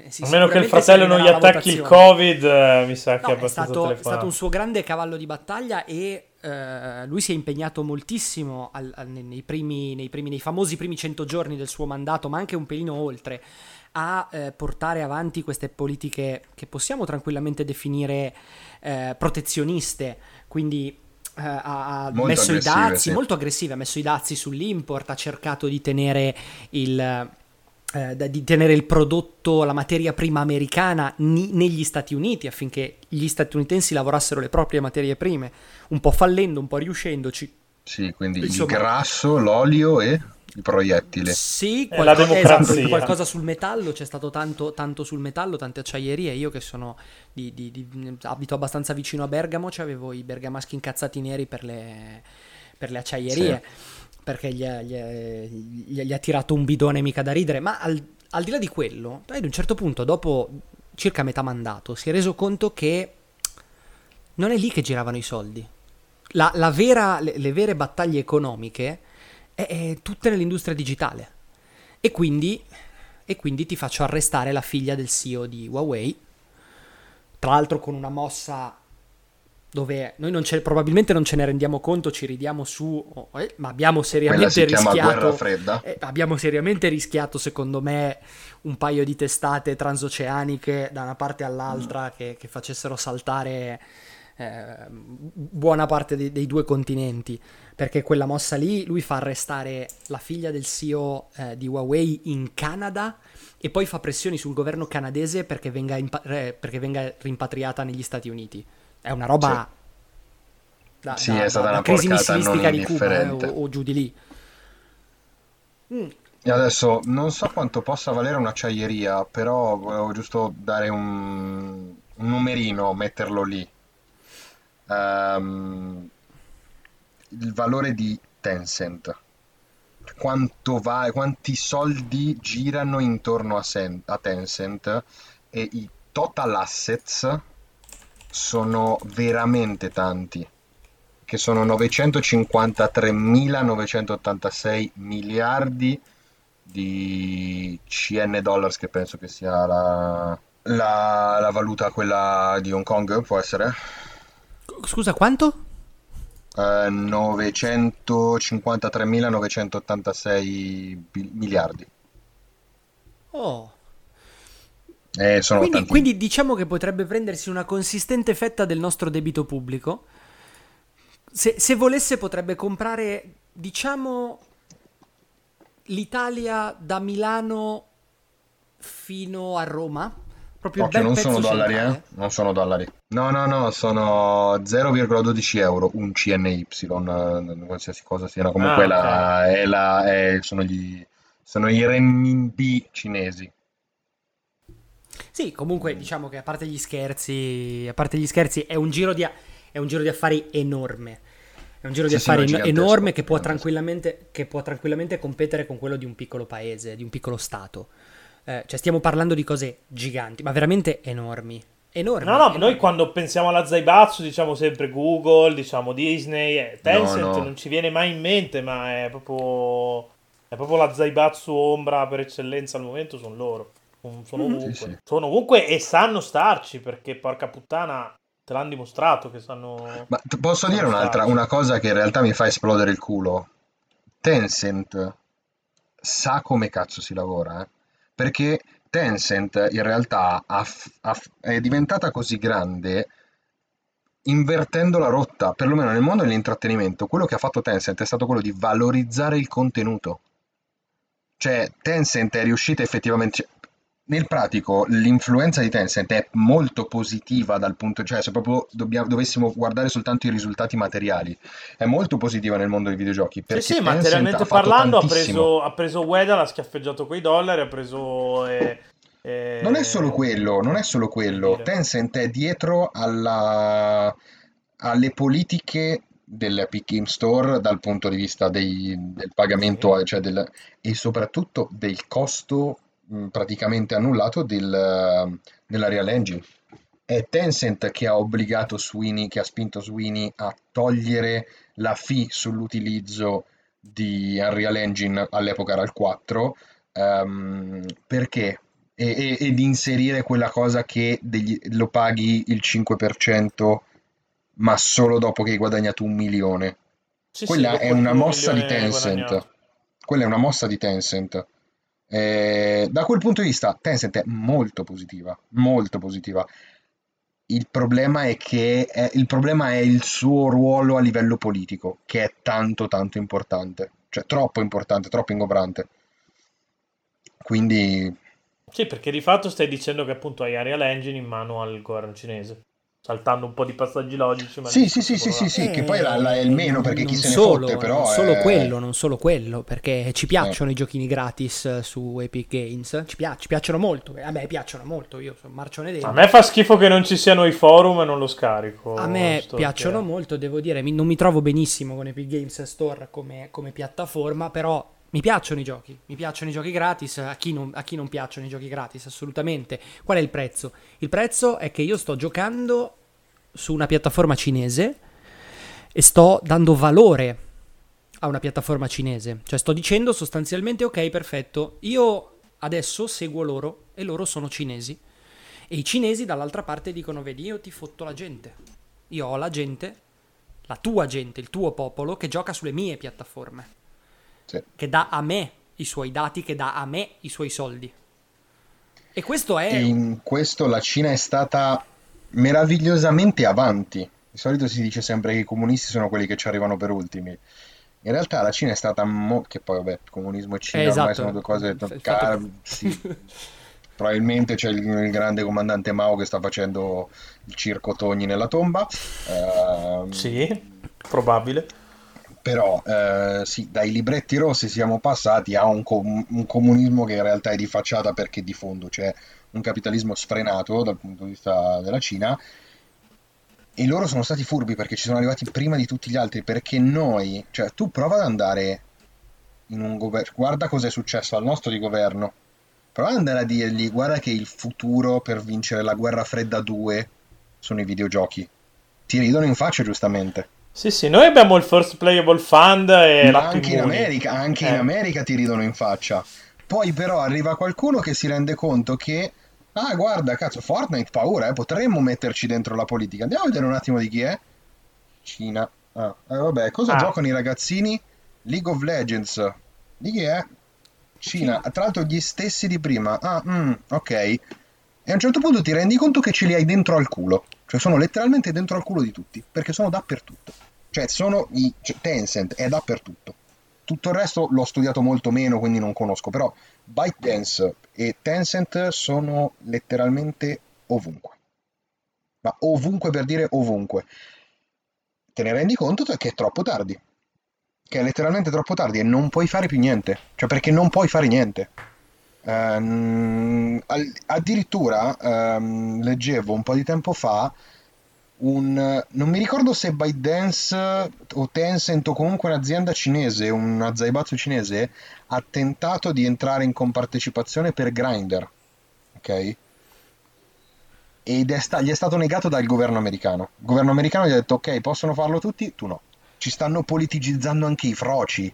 Speaker 3: Sì,
Speaker 1: A meno che il
Speaker 3: sicuramente
Speaker 1: fratello non gli
Speaker 3: servirà la
Speaker 1: attacchi il
Speaker 3: votazione.
Speaker 1: Covid, mi sa che
Speaker 3: No,
Speaker 1: è abbastanza
Speaker 3: è stato
Speaker 1: telefonato.
Speaker 3: un suo grande cavallo di battaglia e lui si è impegnato moltissimo nei famosi primi 100 giorni del suo mandato, ma anche un pelino oltre, a portare avanti queste politiche che possiamo tranquillamente definire protezioniste, quindi ha
Speaker 2: Molto
Speaker 3: messo i
Speaker 2: aggressive,
Speaker 3: dazi,
Speaker 2: sì.
Speaker 3: molto aggressive, ha messo i dazi sull'import, ha cercato di tenere di tenere il prodotto, la materia prima americana negli Stati Uniti affinché gli statunitensi lavorassero le proprie materie prime, un po' fallendo, un po' riuscendoci.
Speaker 2: Sì, quindi
Speaker 3: Insomma,
Speaker 2: il grasso, l'olio e il proiettile.
Speaker 3: sì,
Speaker 1: È la
Speaker 3: esatto,
Speaker 1: democrazia.
Speaker 3: qualcosa sul metallo, c'è stato tanto sul metallo, tante acciaierie. Io che sono abito abbastanza vicino a Bergamo, c'avevo i bergamaschi incazzati neri per le acciaierie, perché gli ha tirato un bidone mica da ridere. Ma al di là di quello, ad un certo punto, dopo circa metà mandato, si è reso conto che non è lì che giravano i soldi. Le vere battaglie economiche è tutte nell'industria digitale. E quindi ti faccio arrestare la figlia del CEO di Huawei, tra l'altro con una mossa dove noi probabilmente non ce ne rendiamo conto, ci ridiamo su, ma abbiamo
Speaker 2: Quella
Speaker 3: seriamente
Speaker 2: si chiama guerra
Speaker 3: rischiato.
Speaker 2: fredda.
Speaker 3: Abbiamo seriamente rischiato, secondo me, un paio di testate transoceaniche da una parte all'altra che facessero saltare buona parte dei due continenti, perché quella mossa lì, lui fa arrestare la figlia del CEO di Huawei in Canada e poi fa pressioni sul governo canadese perché venga rimpatriata negli Stati Uniti. È una roba
Speaker 2: Sì, è stata
Speaker 3: da
Speaker 2: una
Speaker 3: crisi
Speaker 2: porcata non
Speaker 3: missilistica di Cuba
Speaker 2: indifferente.
Speaker 3: o giù di lì.
Speaker 2: E adesso non so quanto possa valere un'acciaieria, però volevo giusto dare un numerino, metterlo lì. Ehm, il valore di Tencent. Quanti soldi girano intorno a Tencent e i total assets sono veramente tanti, che sono 953.986 miliardi di CN dollars, che penso che sia la valuta quella di Hong Kong, può essere?
Speaker 3: Scusa, quanto?
Speaker 2: 953.986 miliardi.
Speaker 3: Oh.
Speaker 2: Sono tantini.
Speaker 3: Quindi diciamo che potrebbe prendersi una consistente fetta del nostro debito pubblico. Se volesse potrebbe comprare, diciamo, l'Italia da Milano fino a Roma. Proprio il
Speaker 2: Occhio,
Speaker 3: bel
Speaker 2: non
Speaker 3: pezzo
Speaker 2: sono dollari,
Speaker 3: centrale.
Speaker 2: Non sono dollari. No, sono 0,12 euro un CNY, qualsiasi cosa siano. Comunque
Speaker 1: Ok.
Speaker 2: sono i renminbi cinesi.
Speaker 3: Sì, comunque diciamo che a parte gli scherzi, è un giro di affari enorme. È un giro di
Speaker 2: Sì, sì, no,
Speaker 3: affari
Speaker 2: è gigantesco,
Speaker 3: enorme che può
Speaker 2: gigantesco.
Speaker 3: tranquillamente competere con quello di un piccolo paese, di un piccolo stato. Cioè stiamo parlando di cose giganti, ma veramente enormi. Enormi,
Speaker 1: No, noi
Speaker 3: enormi.
Speaker 1: quando pensiamo alla Zaibatsu diciamo sempre Google, diciamo Disney,
Speaker 2: No,
Speaker 1: Tencent
Speaker 2: no.
Speaker 1: non ci viene mai in mente, ma è proprio la Zaibatsu ombra per eccellenza al momento, sono loro. Sono ovunque.
Speaker 2: Sì, sì.
Speaker 1: Sono ovunque e sanno starci, perché porca puttana te l'hanno dimostrato che sanno,
Speaker 2: Ma posso dire
Speaker 1: sanno starci.
Speaker 2: una cosa che in realtà mi fa esplodere il culo? Tencent sa come cazzo si lavora, eh? Perché Tencent in realtà è diventata così grande invertendo la rotta, perlomeno nel mondo dell'intrattenimento. Quello che ha fatto Tencent è stato quello di valorizzare il contenuto. Cioè, Tencent è riuscita effettivamente. Cioè, nel pratico, l'influenza di Tencent è molto positiva dal punto, cioè, se proprio dovessimo guardare soltanto i risultati materiali, è molto positiva nel mondo dei videogiochi
Speaker 1: Sì,
Speaker 2: perché
Speaker 1: sì,
Speaker 2: Tencent ha
Speaker 1: materialmente
Speaker 2: fatto
Speaker 1: parlando
Speaker 2: tantissimo.
Speaker 1: ha preso Ueda, l'ha schiaffeggiato coi dollari, ha preso...
Speaker 2: Non è solo quello, non è solo
Speaker 1: che
Speaker 2: quello.
Speaker 1: dire.
Speaker 2: Tencent è dietro alle politiche dell'Epic Game Store dal punto di vista del
Speaker 1: Sì.
Speaker 2: pagamento, e soprattutto del costo praticamente annullato della Real Engine. È Tencent che ha obbligato Sweeney, che ha spinto Sweeney a togliere la fee sull'utilizzo di Unreal Engine, all'epoca era il 4, perché ed inserire quella cosa che lo paghi il 5%, ma solo dopo che hai guadagnato 1 milione.
Speaker 1: Sì, sì,
Speaker 2: Quella è
Speaker 1: dopo il
Speaker 2: una
Speaker 1: primo
Speaker 2: mossa di
Speaker 1: milione
Speaker 2: Tencent.
Speaker 1: guadagnato.
Speaker 2: Quella è una mossa di Tencent. Da quel punto di vista, Tencent è molto positiva, molto positiva. Il problema è il suo ruolo a livello politico, che è tanto tanto importante, cioè troppo importante, troppo ingombrante. Quindi
Speaker 1: Sì, perché di fatto stai dicendo che appunto hai Unreal Engine in mano al governo cinese, saltando un po' di passaggi logici, ma il
Speaker 2: sì, sì, sì,
Speaker 1: discorso è
Speaker 2: sì,
Speaker 1: quello
Speaker 2: sì,
Speaker 1: là.
Speaker 2: sì, che poi è il meno perché chi
Speaker 3: Non
Speaker 2: se ne fotte,
Speaker 3: solo, non
Speaker 2: però
Speaker 3: solo
Speaker 2: è...
Speaker 3: quello, non solo quello, perché ci
Speaker 2: eh.
Speaker 3: piacciono i giochini gratis su Epic Games, ci piacciono molto, a me piacciono molto, io sono marcione
Speaker 1: A
Speaker 3: dentro.
Speaker 1: me fa schifo che non ci siano i forum e non lo
Speaker 3: A
Speaker 1: scarico.
Speaker 3: me
Speaker 1: Sto
Speaker 3: piacciono
Speaker 1: perché...
Speaker 3: molto, devo dire, non mi trovo benissimo con Epic Games Store come piattaforma, però mi piacciono i giochi gratis, a chi non piacciono i giochi gratis, assolutamente. Qual è il prezzo? Il prezzo è che io sto giocando su una piattaforma cinese e sto dando valore a una piattaforma cinese, cioè sto dicendo sostanzialmente ok, perfetto, io adesso seguo loro e loro sono cinesi e i cinesi dall'altra parte dicono vedi io ti fotto la gente, io ho la gente, la tua gente, il tuo popolo che gioca sulle mie piattaforme,
Speaker 2: Sì.
Speaker 3: che dà a me i suoi dati, che dà a me i suoi soldi. E questo
Speaker 2: E
Speaker 3: è...
Speaker 2: in questo la Cina è stata meravigliosamente avanti. Di solito si dice sempre che i comunisti sono quelli che ci arrivano per ultimi. In realtà la Cina è stata che poi vabbè, comunismo e Cina ormai sono
Speaker 3: esatto,
Speaker 2: due cose
Speaker 3: il fatto che...
Speaker 2: sì. Probabilmente c'è il grande comandante Mao che sta facendo il circo Togni nella tomba.
Speaker 1: Sì, probabile.
Speaker 2: Però sì, dai libretti rossi siamo passati a un comunismo che in realtà è di facciata perché di fondo c'è un capitalismo sfrenato dal punto di vista della Cina e loro sono stati furbi perché ci sono arrivati prima di tutti gli altri perché noi, cioè tu prova ad andare in un governo, guarda cos'è successo al nostro di governo, prova ad andare a dirgli guarda che il futuro per vincere la guerra fredda 2 sono i videogiochi. Ti ridono in faccia giustamente.
Speaker 1: Sì, sì, noi abbiamo il First Playable Fund e
Speaker 2: Ma
Speaker 1: l'app Immuni.
Speaker 2: Anche in America ti ridono in faccia. Poi però arriva qualcuno che si rende conto che, ah guarda, cazzo, Fortnite paura, potremmo metterci dentro la politica. Andiamo a vedere un attimo di chi è. Cina. Ah, vabbè, cosa
Speaker 1: Ah,
Speaker 2: giocano i ragazzini? League of Legends. Di chi è? Cina.
Speaker 3: Cina.
Speaker 2: Tra l'altro gli stessi di prima. Ah, ok. E a un certo punto ti rendi conto che ce li hai dentro al culo. Cioè sono letteralmente dentro al culo di tutti, perché sono dappertutto. Cioè Tencent è dappertutto. Tutto il resto l'ho studiato molto meno, quindi non conosco, però ByteDance e Tencent sono letteralmente ovunque. Ma ovunque per dire ovunque. Te ne rendi conto che è troppo tardi. Che è letteralmente troppo tardi e non puoi fare più niente. Cioè perché non puoi fare niente. Addirittura leggevo un po' di tempo fa non mi ricordo se ByteDance o Tencent o comunque un'azienda cinese, una Zaibatsu cinese, ha tentato di entrare in compartecipazione per Grindr, ok? Gli è stato negato dal governo americano. Il governo americano gli ha detto ok, possono farlo tutti, tu no. Ci stanno politicizzando anche i froci.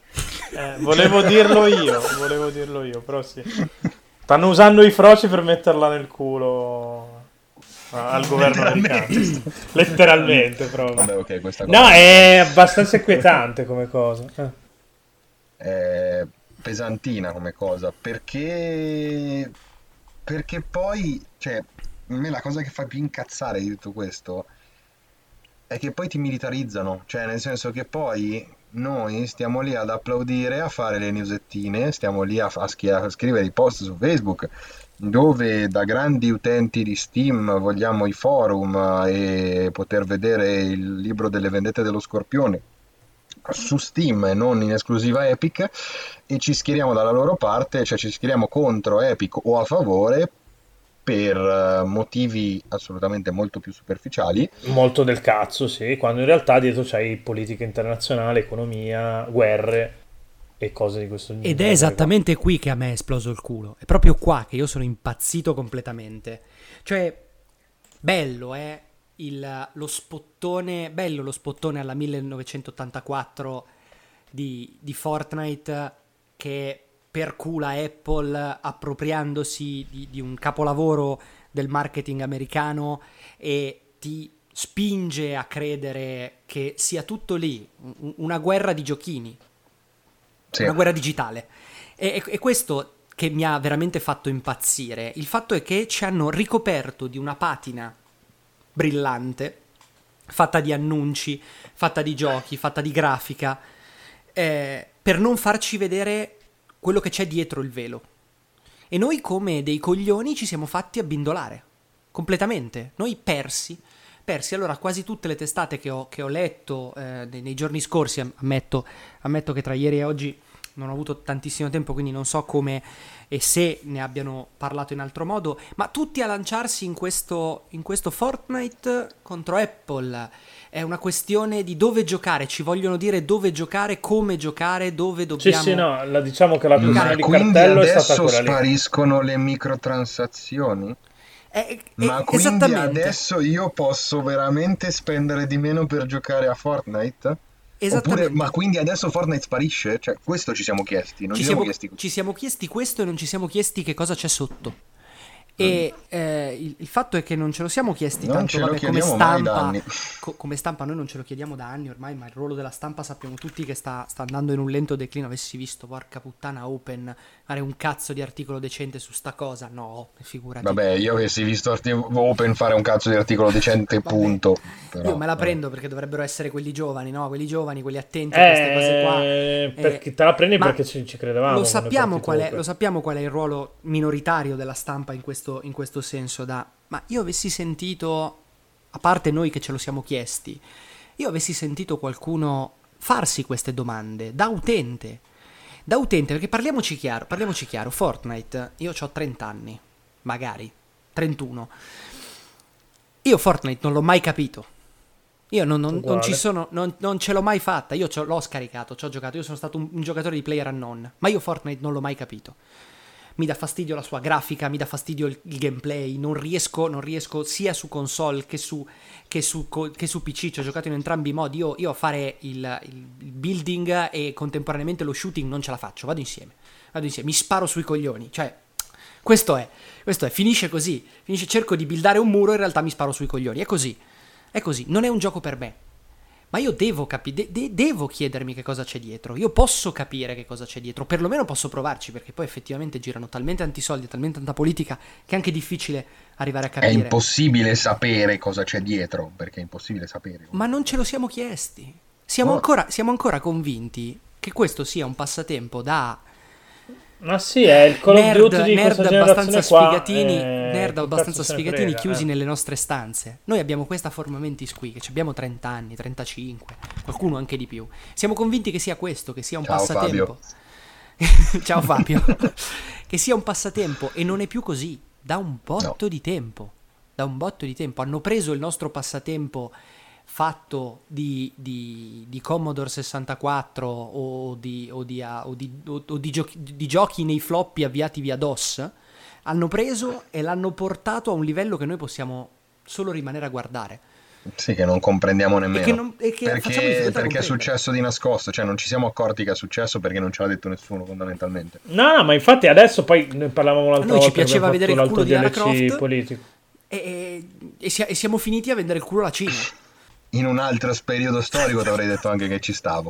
Speaker 1: volevo dirlo io, però sì. Stanno usando i froci per metterla nel culo al governo americano.
Speaker 2: Letteralmente.
Speaker 1: Letteralmente, proprio.
Speaker 2: Vabbè, ok, questa
Speaker 1: No,
Speaker 2: cosa
Speaker 1: è abbastanza inquietante come cosa.
Speaker 2: è pesantina come cosa, perché poi, cioè, a me la cosa che fa più incazzare di tutto questo è che poi ti militarizzano, cioè nel senso che poi noi stiamo lì ad applaudire, a fare le newsettine, stiamo lì a scrivere i post su Facebook, dove da grandi utenti di Steam vogliamo i forum e poter vedere il libro delle vendette dello Scorpione su Steam e non in esclusiva Epic e ci schieriamo dalla loro parte, cioè ci schieriamo contro Epic o a favore per motivi assolutamente molto più superficiali.
Speaker 1: Molto del cazzo, sì, quando in realtà dietro c'hai politica internazionale, economia, guerre e cose di questo
Speaker 3: Ed è
Speaker 1: genere qua.
Speaker 3: esattamente qui che a me è esploso il culo. È proprio qua che io sono impazzito completamente. Cioè, bello lo spottone, bello lo spottone alla 1984 di Fortnite che percula Apple appropriandosi di un capolavoro del marketing americano e ti spinge a credere che sia tutto lì, una guerra di giochini,
Speaker 2: Sì.
Speaker 3: una guerra digitale. E questo che mi ha veramente fatto impazzire. Il fatto è che ci hanno ricoperto di una patina brillante, fatta di annunci, fatta di giochi, fatta di grafica, per non farci vedere quello che c'è dietro il velo. E noi come dei coglioni ci siamo fatti abbindolare, completamente. Noi persi. Allora, quasi tutte le testate che ho letto nei giorni scorsi, ammetto che tra ieri e oggi non ho avuto tantissimo tempo, quindi non so come e se ne abbiano parlato in altro modo, ma tutti a lanciarsi in questo Fortnite contro Apple. È una questione di dove giocare, ci vogliono dire dove giocare, come giocare, dove dobbiamo...
Speaker 1: Sì, no, diciamo che la questione di
Speaker 2: quindi
Speaker 1: cartello è stata
Speaker 2: adesso
Speaker 1: quella lì.
Speaker 2: spariscono le microtransazioni? Ma quindi
Speaker 3: esattamente.
Speaker 2: adesso io posso veramente spendere di meno per giocare a Fortnite?
Speaker 3: Esattamente.
Speaker 2: Oppure, ma quindi adesso Fortnite sparisce? Cioè, questo ci siamo chiesti, non ci siamo chiesti.
Speaker 3: Ci siamo chiesti questo e non ci siamo chiesti che cosa c'è sotto. E il fatto è che non ce lo siamo chiesti
Speaker 2: Non
Speaker 3: tanto,
Speaker 2: ce lo
Speaker 3: vabbè, come
Speaker 2: chiediamo mai da
Speaker 3: stampa,
Speaker 2: anni.
Speaker 3: come stampa noi non ce lo chiediamo da anni ormai, ma il ruolo della stampa sappiamo tutti che sta andando in un lento declino. Avessi visto, porca puttana, Open fare un cazzo di articolo decente su sta cosa, no, figurati.
Speaker 2: Vabbè, io avessi visto Open fare un cazzo di articolo decente,
Speaker 3: Vabbè,
Speaker 2: punto. Però,
Speaker 3: io me la prendo perché dovrebbero essere quelli giovani, no? Quelli giovani, quelli attenti a queste cose qua.
Speaker 1: Perché te la prendi
Speaker 3: ma
Speaker 1: perché ci credevamo.
Speaker 3: Lo sappiamo
Speaker 1: quando è
Speaker 3: lo sappiamo qual è il ruolo minoritario della stampa in questo senso. Ma io avessi sentito, a parte noi che ce lo siamo chiesti, io avessi sentito qualcuno farsi queste domande da utente, perché parliamoci chiaro, Fortnite, io ho 30 anni, magari 31, io Fortnite non l'ho mai capito. Io non ci sono, non ce l'ho mai fatta. Io l'ho scaricato, ci ho giocato. Io sono stato un giocatore di PlayerUnknown, ma io Fortnite non l'ho mai capito. Mi dà fastidio la sua grafica, mi dà fastidio il gameplay. Non riesco sia su console che su PC. Ci ho giocato in entrambi i modi. Io a fare il building e contemporaneamente lo shooting non ce la faccio. Vado insieme. Mi sparo sui coglioni. Cioè, questo è. Finisce così. Cerco di buildare un muro, in realtà mi sparo sui coglioni. È così, non è un gioco per me. Ma io devo devo chiedermi che cosa c'è dietro. Io posso capire che cosa c'è dietro, perlomeno posso provarci, perché poi effettivamente girano talmente tanti soldi, talmente tanta politica, che è anche difficile arrivare a
Speaker 2: È
Speaker 3: capire.
Speaker 2: impossibile sapere cosa c'è dietro, perché è impossibile sapere.
Speaker 3: Ma non ce lo siamo chiesti. Siamo ancora convinti che questo sia un passatempo da...
Speaker 1: Ma sì, è il Call of Duty di questa generazione qua.
Speaker 3: Nerd abbastanza sfigatini chiusi
Speaker 1: nelle...
Speaker 3: nelle nostre stanze. Noi abbiamo questa forma mentis qui, che abbiamo 30 anni, 35, qualcuno anche di più. Siamo convinti che sia questo, che sia un
Speaker 2: Ciao,
Speaker 3: passatempo. Ciao Fabio. Che sia un passatempo, e non è più così. Da un botto di tempo. Hanno preso il nostro passatempo fatto di Commodore 64 o di giochi nei floppy avviati via DOS, hanno preso e l'hanno portato a un livello che noi possiamo solo rimanere a guardare.
Speaker 2: Sì, che non comprendiamo nemmeno.
Speaker 3: Perché
Speaker 2: è successo di nascosto, cioè non ci siamo accorti che è successo perché non ce l'ha detto nessuno, fondamentalmente.
Speaker 1: No, ma infatti adesso poi ne parlavamo l'altra volta.
Speaker 3: A noi ci piaceva vedere il culo di Lara Croft
Speaker 1: politico.
Speaker 3: E siamo finiti a vendere il culo alla Cina.
Speaker 2: In un altro periodo storico ti avrei detto anche che ci stavo.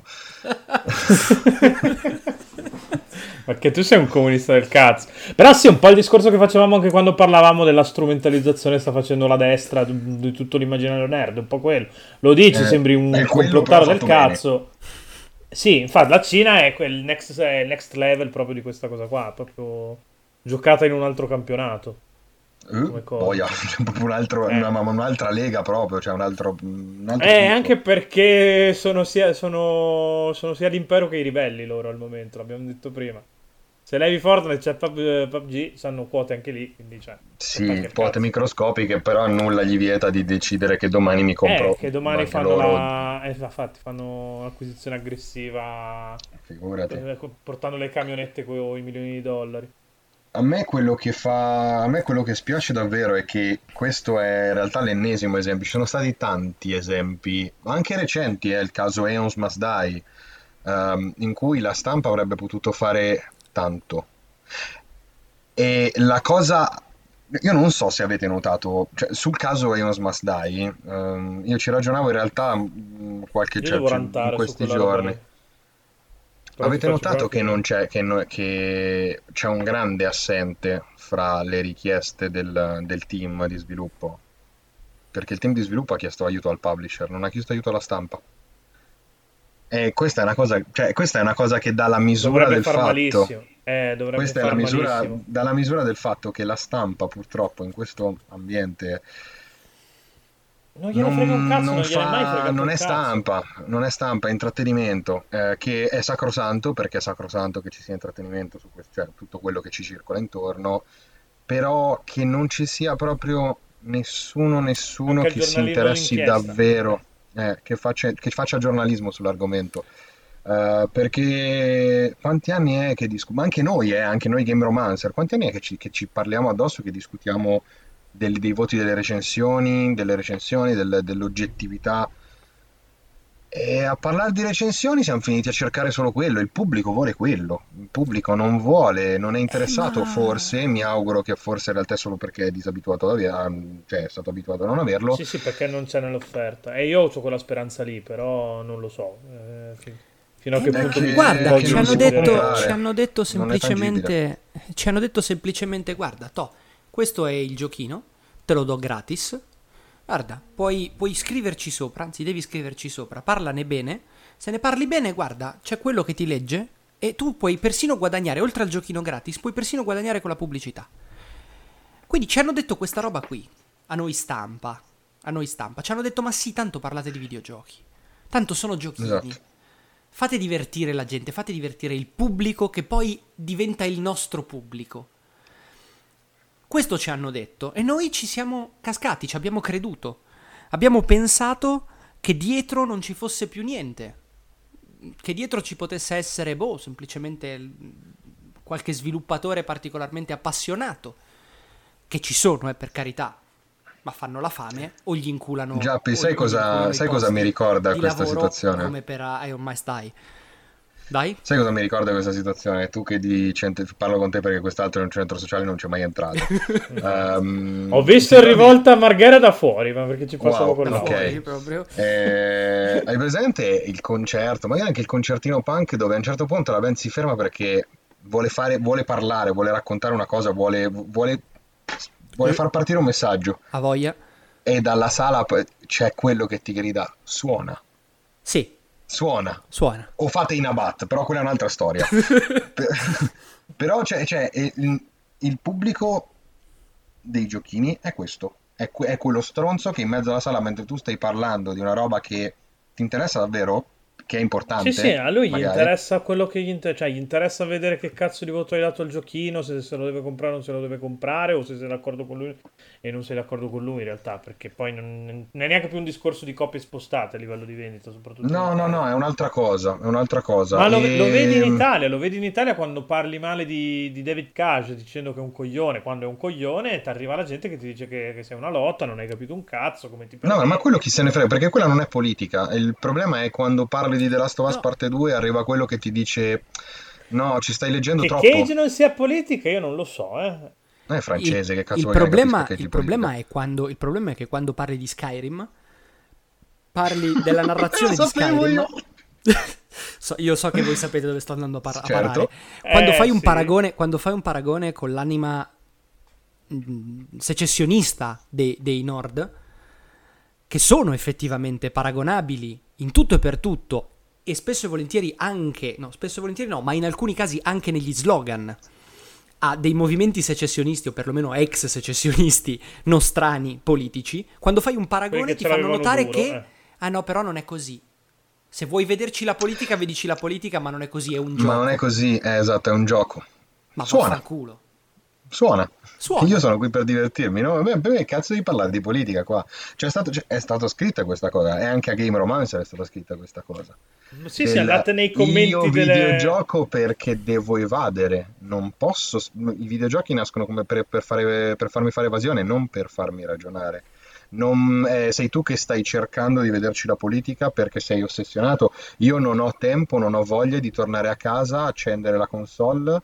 Speaker 1: Perché tu sei un comunista del cazzo. Però sì, un po' il discorso che facevamo anche quando parlavamo della strumentalizzazione che sta facendo la destra di tutto l'immaginario nerd, un po' quello. Lo dici, sembri un complottaro del cazzo. Sì, infatti la Cina è quel next level proprio di questa cosa qua, proprio giocata in un altro campionato.
Speaker 2: Poi un'altra lega proprio, cioè un altro
Speaker 1: anche perché sono sia l'impero che i ribelli loro al momento, l'abbiamo detto prima. Se levi Fortnite c'è PUBG, sanno quote anche lì, quindi
Speaker 2: sì, quote microscopiche, però nulla gli vieta di decidere che domani mi compro.
Speaker 1: Che domani fanno infatti fanno l'acquisizione aggressiva.
Speaker 2: Figurati.
Speaker 1: Portando le camionette con i milioni di dollari.
Speaker 2: A me quello che spiace davvero è che questo è in realtà l'ennesimo esempio. Ci sono stati tanti esempi, anche recenti, il caso Aeons Must Die, in cui la stampa avrebbe potuto fare tanto. E la cosa, io non so se avete notato, cioè, sul caso Heroes Must Die, io ci ragionavo in realtà
Speaker 1: Io devo
Speaker 2: in
Speaker 1: rantare su
Speaker 2: questi
Speaker 1: quella roba
Speaker 2: giorni.
Speaker 1: lì. Però ti
Speaker 2: Avete
Speaker 1: faccio
Speaker 2: notato che
Speaker 1: proprio...
Speaker 2: non c'è, che c'è un grande assente fra le richieste del team di sviluppo? Perché il team di sviluppo ha chiesto aiuto al publisher, non ha chiesto aiuto alla stampa. E questa è una cosa, cioè, questa è una cosa che dà la misura
Speaker 1: Dovrebbe
Speaker 2: del
Speaker 1: far
Speaker 2: fatto.
Speaker 1: malissimo. Dovrebbe
Speaker 2: Questa è la
Speaker 1: far
Speaker 2: misura,
Speaker 1: malissimo.
Speaker 2: dà la misura del fatto che la stampa, purtroppo, in questo ambiente
Speaker 1: Non gliene frega un cazzo, non gliene è mai fregato
Speaker 2: non
Speaker 1: un
Speaker 2: è
Speaker 1: cazzo.
Speaker 2: stampa, non è stampa, è intrattenimento, che è sacrosanto, perché è sacrosanto che ci sia intrattenimento su questo, cioè tutto quello che ci circola intorno, però che non ci sia proprio nessuno
Speaker 1: Anche il
Speaker 2: che si
Speaker 1: giornalismo
Speaker 2: interessi
Speaker 1: d'inchiesta.
Speaker 2: davvero, che faccia giornalismo sull'argomento. Perché quanti anni è che ma anche noi Game Romancer, quanti anni è che ci parliamo addosso, che discutiamo dei voti delle recensioni, dell'oggettività. E a parlare di recensioni siamo finiti a cercare solo quello, il pubblico vuole quello, il pubblico non vuole, non è interessato,
Speaker 3: Ma
Speaker 2: forse, mi auguro che forse in realtà è solo perché è disabituato ad cioè è stato abituato a non averlo.
Speaker 1: Sì, sì, perché non c'è nell'offerta. E io ho quella speranza lì, però non lo so. Fino a che
Speaker 2: È
Speaker 1: punto mi
Speaker 3: guarda,
Speaker 2: che
Speaker 3: ci
Speaker 2: non
Speaker 1: vogliono
Speaker 3: hanno
Speaker 2: si può
Speaker 3: detto,
Speaker 1: chiudere.
Speaker 3: ci
Speaker 2: comprare,
Speaker 3: hanno detto
Speaker 2: non è tangibile.
Speaker 3: semplicemente, ci hanno detto semplicemente, guarda, questo è il giochino, te lo do gratis. Guarda, puoi scriverci sopra, anzi devi scriverci sopra, parlane bene. Se ne parli bene, guarda, c'è quello che ti legge e tu puoi persino guadagnare, oltre al giochino gratis, puoi persino guadagnare con la pubblicità. Quindi ci hanno detto questa roba qui, a noi stampa, ci hanno detto ma sì, tanto parlate di videogiochi, tanto sono giochini,
Speaker 2: Esatto.
Speaker 3: fate divertire la gente, fate divertire il pubblico che poi diventa il nostro pubblico. Questo ci hanno detto e noi ci siamo cascati, ci abbiamo creduto. Abbiamo pensato che dietro non ci fosse più niente. Che dietro ci potesse essere, semplicemente qualche sviluppatore particolarmente appassionato. Che ci sono, per carità. Ma fanno la fame o gli inculano,
Speaker 2: Giappi,
Speaker 3: o gli inculano i
Speaker 2: sai cosa mi
Speaker 3: posti
Speaker 2: ricorda
Speaker 3: di
Speaker 2: questa
Speaker 3: lavoro
Speaker 2: situazione?
Speaker 3: come per Iron Man Stai. Dai?
Speaker 2: Sai cosa mi ricorda questa situazione? Tu che parlo con te perché quest'altro è un centro sociale non c'è mai entrato.
Speaker 1: Ho
Speaker 2: Ti
Speaker 1: visto il
Speaker 2: ricordi?
Speaker 1: rivolta a Marghera da fuori, ma perché ci passavo
Speaker 2: Wow,
Speaker 1: con
Speaker 3: Da
Speaker 1: l'auto.
Speaker 3: fuori
Speaker 2: ok.
Speaker 3: proprio.
Speaker 2: Hai presente il concerto, magari anche il concertino punk dove a un certo punto la band si ferma perché vuole parlare, vuole raccontare una cosa, vuole far partire un messaggio
Speaker 3: A voglia?
Speaker 2: e dalla sala c'è quello che ti grida suona,
Speaker 3: Sì,
Speaker 2: suona.
Speaker 3: suona.
Speaker 2: O fate in Abat, però quella è un'altra storia. Per- Però il pubblico dei giochini è questo, è quello stronzo che in mezzo alla sala, mentre tu stai parlando di una roba che ti interessa davvero, che è
Speaker 1: Sì, sì,
Speaker 2: importante,
Speaker 1: a lui gli
Speaker 2: magari.
Speaker 1: interessa quello che cioè gli interessa vedere che cazzo di voto hai dato al giochino, se lo deve comprare o non se lo deve comprare, o se sei d'accordo con lui e non sei d'accordo con lui in realtà, perché poi non è neanche più un discorso di copie spostate a livello di vendita, soprattutto in
Speaker 2: No, no,
Speaker 1: Italia.
Speaker 2: no, è un'altra cosa, è un'altra cosa.
Speaker 1: Ma lo vedi in Italia quando parli male di David Cage dicendo che è un coglione, quando è un coglione, e ti arriva la gente che ti dice che sei una lotta, non hai capito un cazzo, come ti
Speaker 2: No, ma quello
Speaker 1: permetti.
Speaker 2: chi se ne frega, perché quella non è politica. Il problema è quando parli di The Last of Us
Speaker 3: No,
Speaker 2: parte 2 arriva quello che ti dice no, ci stai leggendo
Speaker 1: Che
Speaker 2: troppo.
Speaker 1: Cage non sia politica, io non lo so, eh.
Speaker 2: Non è
Speaker 3: il,
Speaker 2: francese, che cazzo
Speaker 3: il
Speaker 2: vuoi che ne capisca
Speaker 3: problema,
Speaker 2: che è
Speaker 3: il
Speaker 2: di politica?
Speaker 3: problema è quando, il problema è che quando parli di Skyrim, parli della
Speaker 2: Lo
Speaker 3: narrazione di
Speaker 2: sapevo
Speaker 3: Skyrim.
Speaker 2: io.
Speaker 3: Io so che voi sapete dove sto andando a parare.
Speaker 2: Certo.
Speaker 3: Quando fai un paragone con l'anima secessionista dei Nord, che sono effettivamente paragonabili in tutto e per tutto, e spesso e volentieri anche, no, spesso e volentieri no, ma in alcuni casi anche negli slogan, a dei movimenti secessionisti o perlomeno ex secessionisti nostrani politici, quando fai un paragone
Speaker 1: Quelli che
Speaker 3: ti
Speaker 1: ce
Speaker 3: fanno
Speaker 1: l'avevano
Speaker 3: notare
Speaker 1: duro,
Speaker 3: che ah no, però non è così. Se vuoi vederci la politica, vedici la politica, ma non è così, è un
Speaker 2: Ma non è
Speaker 3: gioco.
Speaker 2: così, esatto, è un gioco.
Speaker 3: Ma
Speaker 2: Suona,
Speaker 3: vaffanculo.
Speaker 2: suona.
Speaker 3: Suona.
Speaker 2: Io sono qui per divertirmi, no? Per me cazzo di parlare di politica qua. È stata scritta questa cosa, e anche a Game Romancer è stata scritta questa cosa.
Speaker 1: Sì, sì, andate nei
Speaker 2: Io
Speaker 1: commenti delle...
Speaker 2: videogioco perché devo evadere, non posso, i videogiochi nascono come per farmi fare evasione, non per farmi ragionare. Sei tu che stai cercando di vederci la politica perché sei ossessionato. Io non ho tempo, non ho voglia di tornare a casa, accendere la console,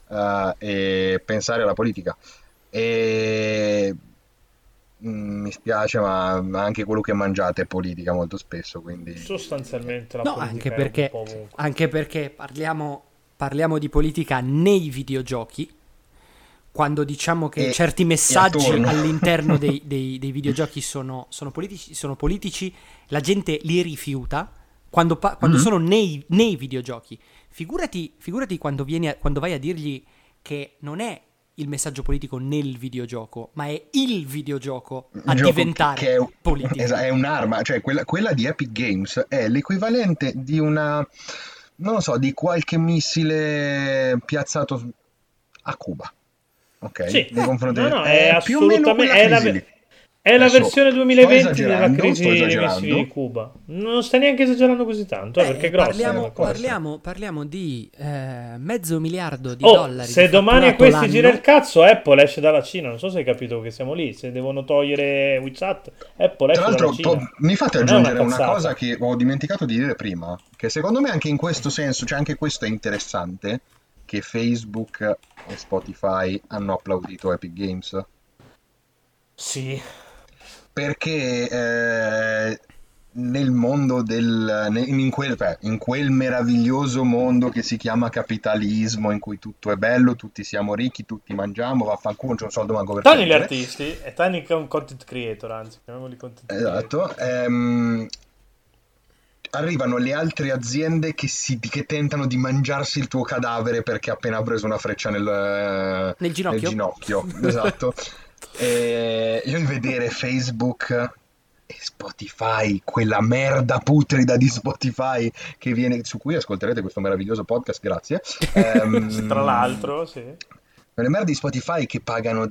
Speaker 2: e pensare alla politica. E mi spiace, ma anche quello che mangiate è politica molto spesso, quindi
Speaker 1: Sostanzialmente la
Speaker 3: No,
Speaker 1: politica è un po' ovunque.
Speaker 3: anche perché parliamo di politica nei videogiochi, quando diciamo che
Speaker 2: E-
Speaker 3: certi
Speaker 2: e
Speaker 3: messaggi
Speaker 2: attorno.
Speaker 3: all'interno dei videogiochi sono politici, la gente li rifiuta quando sono nei videogiochi. Figurati quando vai a dirgli che non è il messaggio politico nel videogioco, ma è il videogioco a
Speaker 2: Il gioco
Speaker 3: diventare
Speaker 2: che è,
Speaker 3: politico.
Speaker 2: è un'arma, cioè quella di Epic Games è l'equivalente di una, non lo so, di qualche missile piazzato a Cuba, ok?
Speaker 1: Sì,
Speaker 2: Nei confronti
Speaker 1: no,
Speaker 2: è più o meno quella crisi lì.
Speaker 1: è la
Speaker 2: Adesso,
Speaker 1: versione
Speaker 2: sto
Speaker 1: 2020 della
Speaker 2: esagerando,
Speaker 1: crisi
Speaker 2: sto
Speaker 1: dei
Speaker 2: esagerando.
Speaker 1: missili di Cuba. Non stai neanche esagerando così tanto, perché è grossa come cosa.
Speaker 3: Parliamo di $500 milioni di
Speaker 1: Oh,
Speaker 3: dollari.
Speaker 1: se
Speaker 3: di
Speaker 1: domani a
Speaker 3: fatturato
Speaker 1: questi
Speaker 3: l'anno.
Speaker 1: gira il cazzo, Apple esce dalla Cina. Non so se hai capito che siamo lì. Se devono togliere WeChat, Apple esce
Speaker 2: Tra l'altro,
Speaker 1: dalla Cina.
Speaker 2: mi fate
Speaker 1: Non è
Speaker 2: aggiungere una
Speaker 1: cazzata.
Speaker 2: cosa che ho dimenticato di dire prima, che secondo me anche in questo senso, cioè anche questo è interessante, che Facebook e Spotify hanno applaudito Epic Games.
Speaker 1: Sì.
Speaker 2: Perché nel mondo in quel meraviglioso mondo che si chiama capitalismo, in cui tutto è bello, tutti siamo ricchi, tutti mangiamo, vaffanculo, non c'è un soldo manco per
Speaker 1: Tani gli
Speaker 2: piangere.
Speaker 1: artisti e Tani che è un content creator, anzi, chiamiamoli content creator.
Speaker 2: Esatto. Arrivano le altre aziende che tentano di mangiarsi il tuo cadavere perché ha appena preso una freccia
Speaker 3: Nel ginocchio.
Speaker 2: Esatto. E io il vedere Facebook e Spotify, quella merda putrida di Spotify che viene, su cui ascolterete questo meraviglioso podcast, grazie.
Speaker 1: Tra l'altro, sì.
Speaker 2: Le merde di Spotify che pagano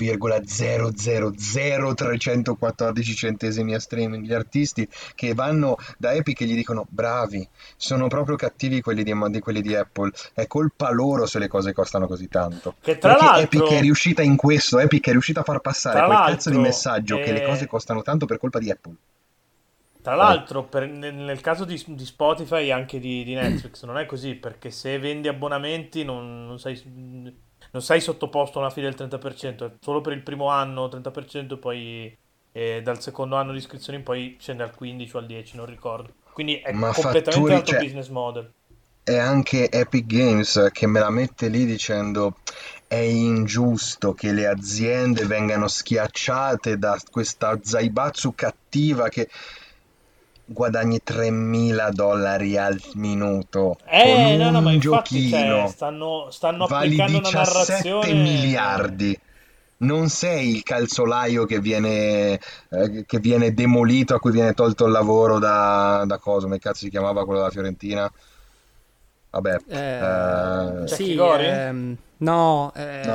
Speaker 2: 0,0000314 centesimi a streaming, gli artisti che vanno da Epic e gli dicono bravi, sono proprio cattivi quelli di Apple, è colpa loro se le cose costano così tanto.
Speaker 1: Che tra
Speaker 2: Perché
Speaker 1: l'altro-
Speaker 2: Epic è riuscita in questo, Epic è riuscita a far passare
Speaker 1: Tra
Speaker 2: quel
Speaker 1: l'altro,
Speaker 2: cazzo di messaggio che le cose costano tanto per colpa di Apple.
Speaker 1: Tra l'altro, nel caso di Spotify e anche di Netflix, non è così, perché se vendi abbonamenti non sei sottoposto a una fee del 30%, è solo per il primo anno 30%, poi dal secondo anno di iscrizione in poi scende al 15 o al 10, non ricordo. Quindi è
Speaker 2: Ma
Speaker 1: completamente
Speaker 2: fatturi,
Speaker 1: un altro
Speaker 2: cioè,
Speaker 1: business model.
Speaker 2: è anche Epic Games che me la mette lì dicendo è ingiusto che le aziende vengano schiacciate da questa Zaibatsu cattiva che guadagni $3.000 al minuto con
Speaker 1: No, ma
Speaker 2: un
Speaker 1: infatti, cioè,
Speaker 2: giochino,
Speaker 1: stanno
Speaker 2: vali
Speaker 1: applicando una
Speaker 2: 17
Speaker 1: narrazione.
Speaker 2: miliardi. Non sei il calzolaio che viene demolito, a cui viene tolto il lavoro da cosa, come cazzo si chiamava quello della Fiorentina? Vabbè,
Speaker 3: Sì,
Speaker 1: Gori?
Speaker 2: no.
Speaker 3: no,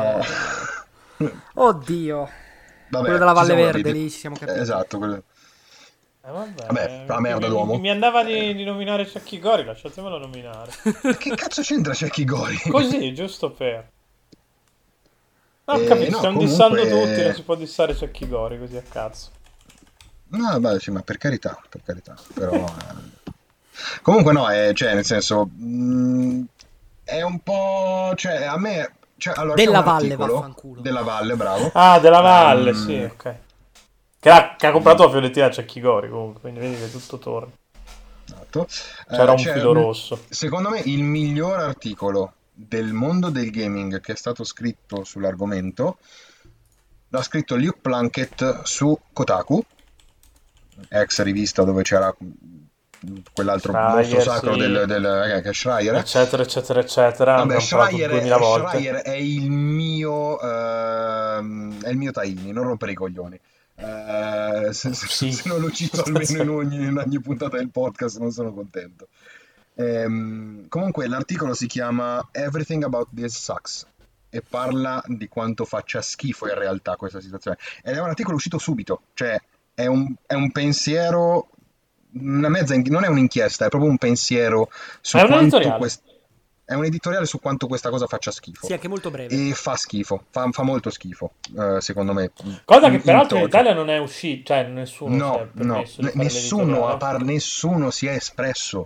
Speaker 3: oddio,
Speaker 2: Vabbè,
Speaker 3: quello della
Speaker 2: ci
Speaker 3: Valle
Speaker 2: siamo
Speaker 3: Verde,
Speaker 2: capiti.
Speaker 3: lì ci siamo capiti.
Speaker 2: Esatto, quello.
Speaker 1: Vabbè,
Speaker 2: Vabbè, la merda d'uomo.
Speaker 1: mi andava di nominare Chucky Gori, lasciatemelo nominare.
Speaker 2: Che cazzo c'entra Chucky Gori?
Speaker 1: Così, giusto per... No, ho
Speaker 2: Eh,
Speaker 1: capito,
Speaker 2: no,
Speaker 1: stiamo
Speaker 2: comunque-
Speaker 1: dissando tutti, non si può dissare Chucky Gori così a cazzo.
Speaker 2: No, beh, sì, ma per carità, però... Comunque no, cioè, nel senso, è un po'... Cioè, a me... Cioè, allora,
Speaker 3: Della
Speaker 2: c'è un
Speaker 3: Valle,
Speaker 2: articolo-
Speaker 3: vaffanculo.
Speaker 2: Della Valle, bravo.
Speaker 1: Ah, della Valle,
Speaker 2: Ehm,
Speaker 1: sì, ok. Che ha comprato la Fiorentina Chucky Gori comunque, quindi vedi che tutto torna.
Speaker 2: Esatto.
Speaker 1: C'era un
Speaker 2: C'è
Speaker 1: filo rosso.
Speaker 2: Secondo me il miglior articolo del mondo del gaming che è stato scritto sull'argomento l'ha scritto Luke Plunkett su Kotaku, ex rivista dove c'era quell'altro
Speaker 1: Schreier,
Speaker 2: mostro sacro
Speaker 1: sì.
Speaker 2: che è Schreier.
Speaker 1: Eccetera, eccetera, eccetera.
Speaker 2: Vabbè,
Speaker 1: Abbiamo parlato
Speaker 2: Schreier
Speaker 1: 2000 volte.
Speaker 2: Schreier è il mio Taini, non rompere i coglioni.
Speaker 1: Sì.
Speaker 2: Se non lo cito almeno in ogni puntata del podcast non sono contento. Comunque l'articolo si chiama Everything About This Sucks e parla di quanto faccia schifo in realtà questa situazione, ed è un articolo uscito subito, cioè è un pensiero, non è un'inchiesta, è proprio un pensiero su
Speaker 1: È un
Speaker 2: quanto
Speaker 1: editoriale.
Speaker 2: è un editoriale su quanto questa cosa faccia schifo.
Speaker 3: Sì, anche molto breve.
Speaker 2: E fa schifo, fa molto schifo, secondo me.
Speaker 1: Cosa che
Speaker 2: In
Speaker 1: peraltro in
Speaker 2: toto.
Speaker 1: Italia non è uscita, cioè nessuno si è
Speaker 2: No,
Speaker 1: permesso di fare
Speaker 2: nessuno,
Speaker 1: l'editoriale.
Speaker 2: nessuno si è espresso.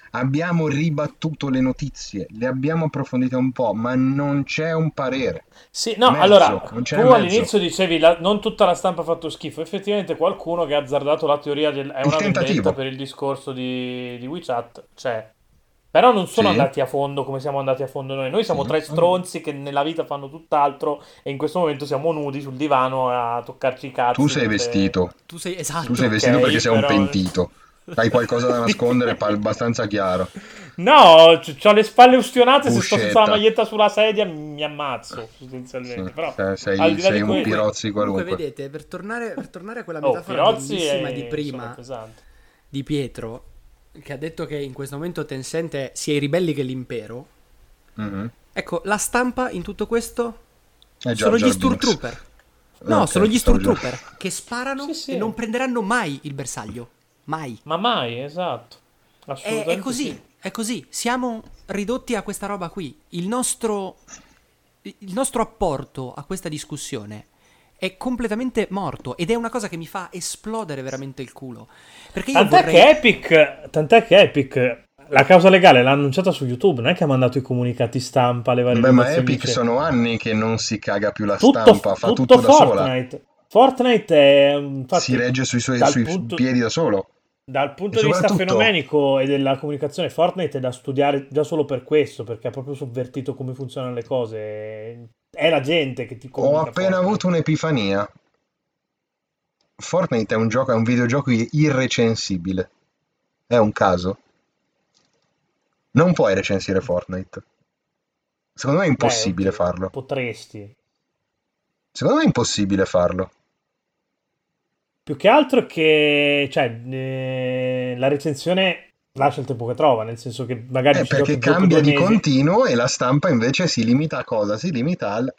Speaker 2: Abbiamo ribattuto le notizie, le abbiamo approfondite un po', ma non c'è un parere.
Speaker 1: Sì, no,
Speaker 2: Mezzo,
Speaker 1: allora,
Speaker 2: non c'è
Speaker 1: tu
Speaker 2: mezzo.
Speaker 1: all'inizio dicevi non tutta la stampa ha fatto schifo, effettivamente qualcuno che ha azzardato la teoria è
Speaker 2: Il
Speaker 1: una vendetta
Speaker 2: tentativo.
Speaker 1: per il discorso di WeChat, c'è. Però non sono
Speaker 2: Sì,
Speaker 1: andati a fondo come siamo andati a fondo noi. Noi siamo
Speaker 2: sì.
Speaker 1: tre stronzi che nella vita fanno tutt'altro e in questo momento siamo nudi sul divano a toccarci i
Speaker 2: Tu
Speaker 1: cazzi
Speaker 2: sei
Speaker 1: mentre...
Speaker 2: vestito.
Speaker 3: Tu sei
Speaker 2: Tu
Speaker 3: esatto.
Speaker 2: sei vestito perché
Speaker 1: Ok,
Speaker 2: sei un
Speaker 1: però...
Speaker 2: pentito. Hai qualcosa da nascondere, abbastanza chiaro.
Speaker 1: No, c'ho le spalle ustionate, se sto senza la
Speaker 2: Buscetta.
Speaker 1: maglietta sulla sedia mi ammazzo,
Speaker 2: Sì,
Speaker 1: sostanzialmente. Però, al
Speaker 2: sei,
Speaker 1: di là di
Speaker 2: sei un
Speaker 1: questo...
Speaker 2: pirozzi
Speaker 3: Comunque,
Speaker 2: qualunque.
Speaker 3: vedete, per tornare a quella
Speaker 1: Oh,
Speaker 3: metafora
Speaker 1: Pirozzi
Speaker 3: bellissima di
Speaker 1: è...
Speaker 3: prima
Speaker 1: sono pesante.
Speaker 3: di Pietro, che ha detto che in questo momento Tencent è sia i ribelli che l'impero.
Speaker 2: Mhm.
Speaker 3: Ecco, la stampa in tutto questo
Speaker 2: È
Speaker 3: sono
Speaker 2: Jar
Speaker 3: gli
Speaker 2: Jar Binks.
Speaker 3: Stormtrooper. No,
Speaker 2: Ok,
Speaker 3: sono gli
Speaker 2: stavo già-
Speaker 3: Stormtrooper che sparano
Speaker 1: Sì, sì.
Speaker 3: e non prenderanno mai il bersaglio. Mai.
Speaker 1: Ma mai, esatto.
Speaker 3: È
Speaker 1: Assolutamente
Speaker 3: così,
Speaker 1: sì.
Speaker 3: è così. Siamo ridotti a questa roba qui. Il nostro apporto a questa discussione è completamente morto ed è una cosa che mi fa esplodere veramente il culo. Perché io vorrei...
Speaker 1: Tant'è che Epic la causa legale l'ha annunciata su YouTube, non è che ha mandato i comunicati stampa, le varie
Speaker 2: Beh, ma
Speaker 1: redazioni.
Speaker 2: Epic sono anni che non si caga più la
Speaker 1: Tutto,
Speaker 2: stampa, fa
Speaker 1: tutto
Speaker 2: tutto da sola.
Speaker 1: Fortnite. Fortnite è,
Speaker 2: Si
Speaker 1: infatti,
Speaker 2: regge sui
Speaker 1: dal
Speaker 2: sui
Speaker 1: punto,
Speaker 2: piedi da solo.
Speaker 1: dal
Speaker 2: E
Speaker 1: punto di vista
Speaker 2: soprattutto,
Speaker 1: fenomenico e della comunicazione, Fortnite è da studiare già solo per questo, perché ha proprio sovvertito come funzionano le cose. È la gente che ti
Speaker 2: ho
Speaker 1: comunica
Speaker 2: appena
Speaker 1: Fortnite.
Speaker 2: avuto un'epifania. Fortnite è un videogioco irrecensibile. È un caso. Non puoi recensire Fortnite. Secondo me è
Speaker 1: Beh,
Speaker 2: impossibile
Speaker 1: oddio,
Speaker 2: farlo.
Speaker 1: potresti.
Speaker 2: Secondo me è impossibile farlo.
Speaker 1: Più che altro che, cioè, la recensione lascia il tempo che trova, nel senso che magari ci
Speaker 2: Perché
Speaker 1: giochi dopo
Speaker 2: cambia
Speaker 1: 2
Speaker 2: di
Speaker 1: mesi.
Speaker 2: continuo e la stampa invece si limita a cosa? Si limita al...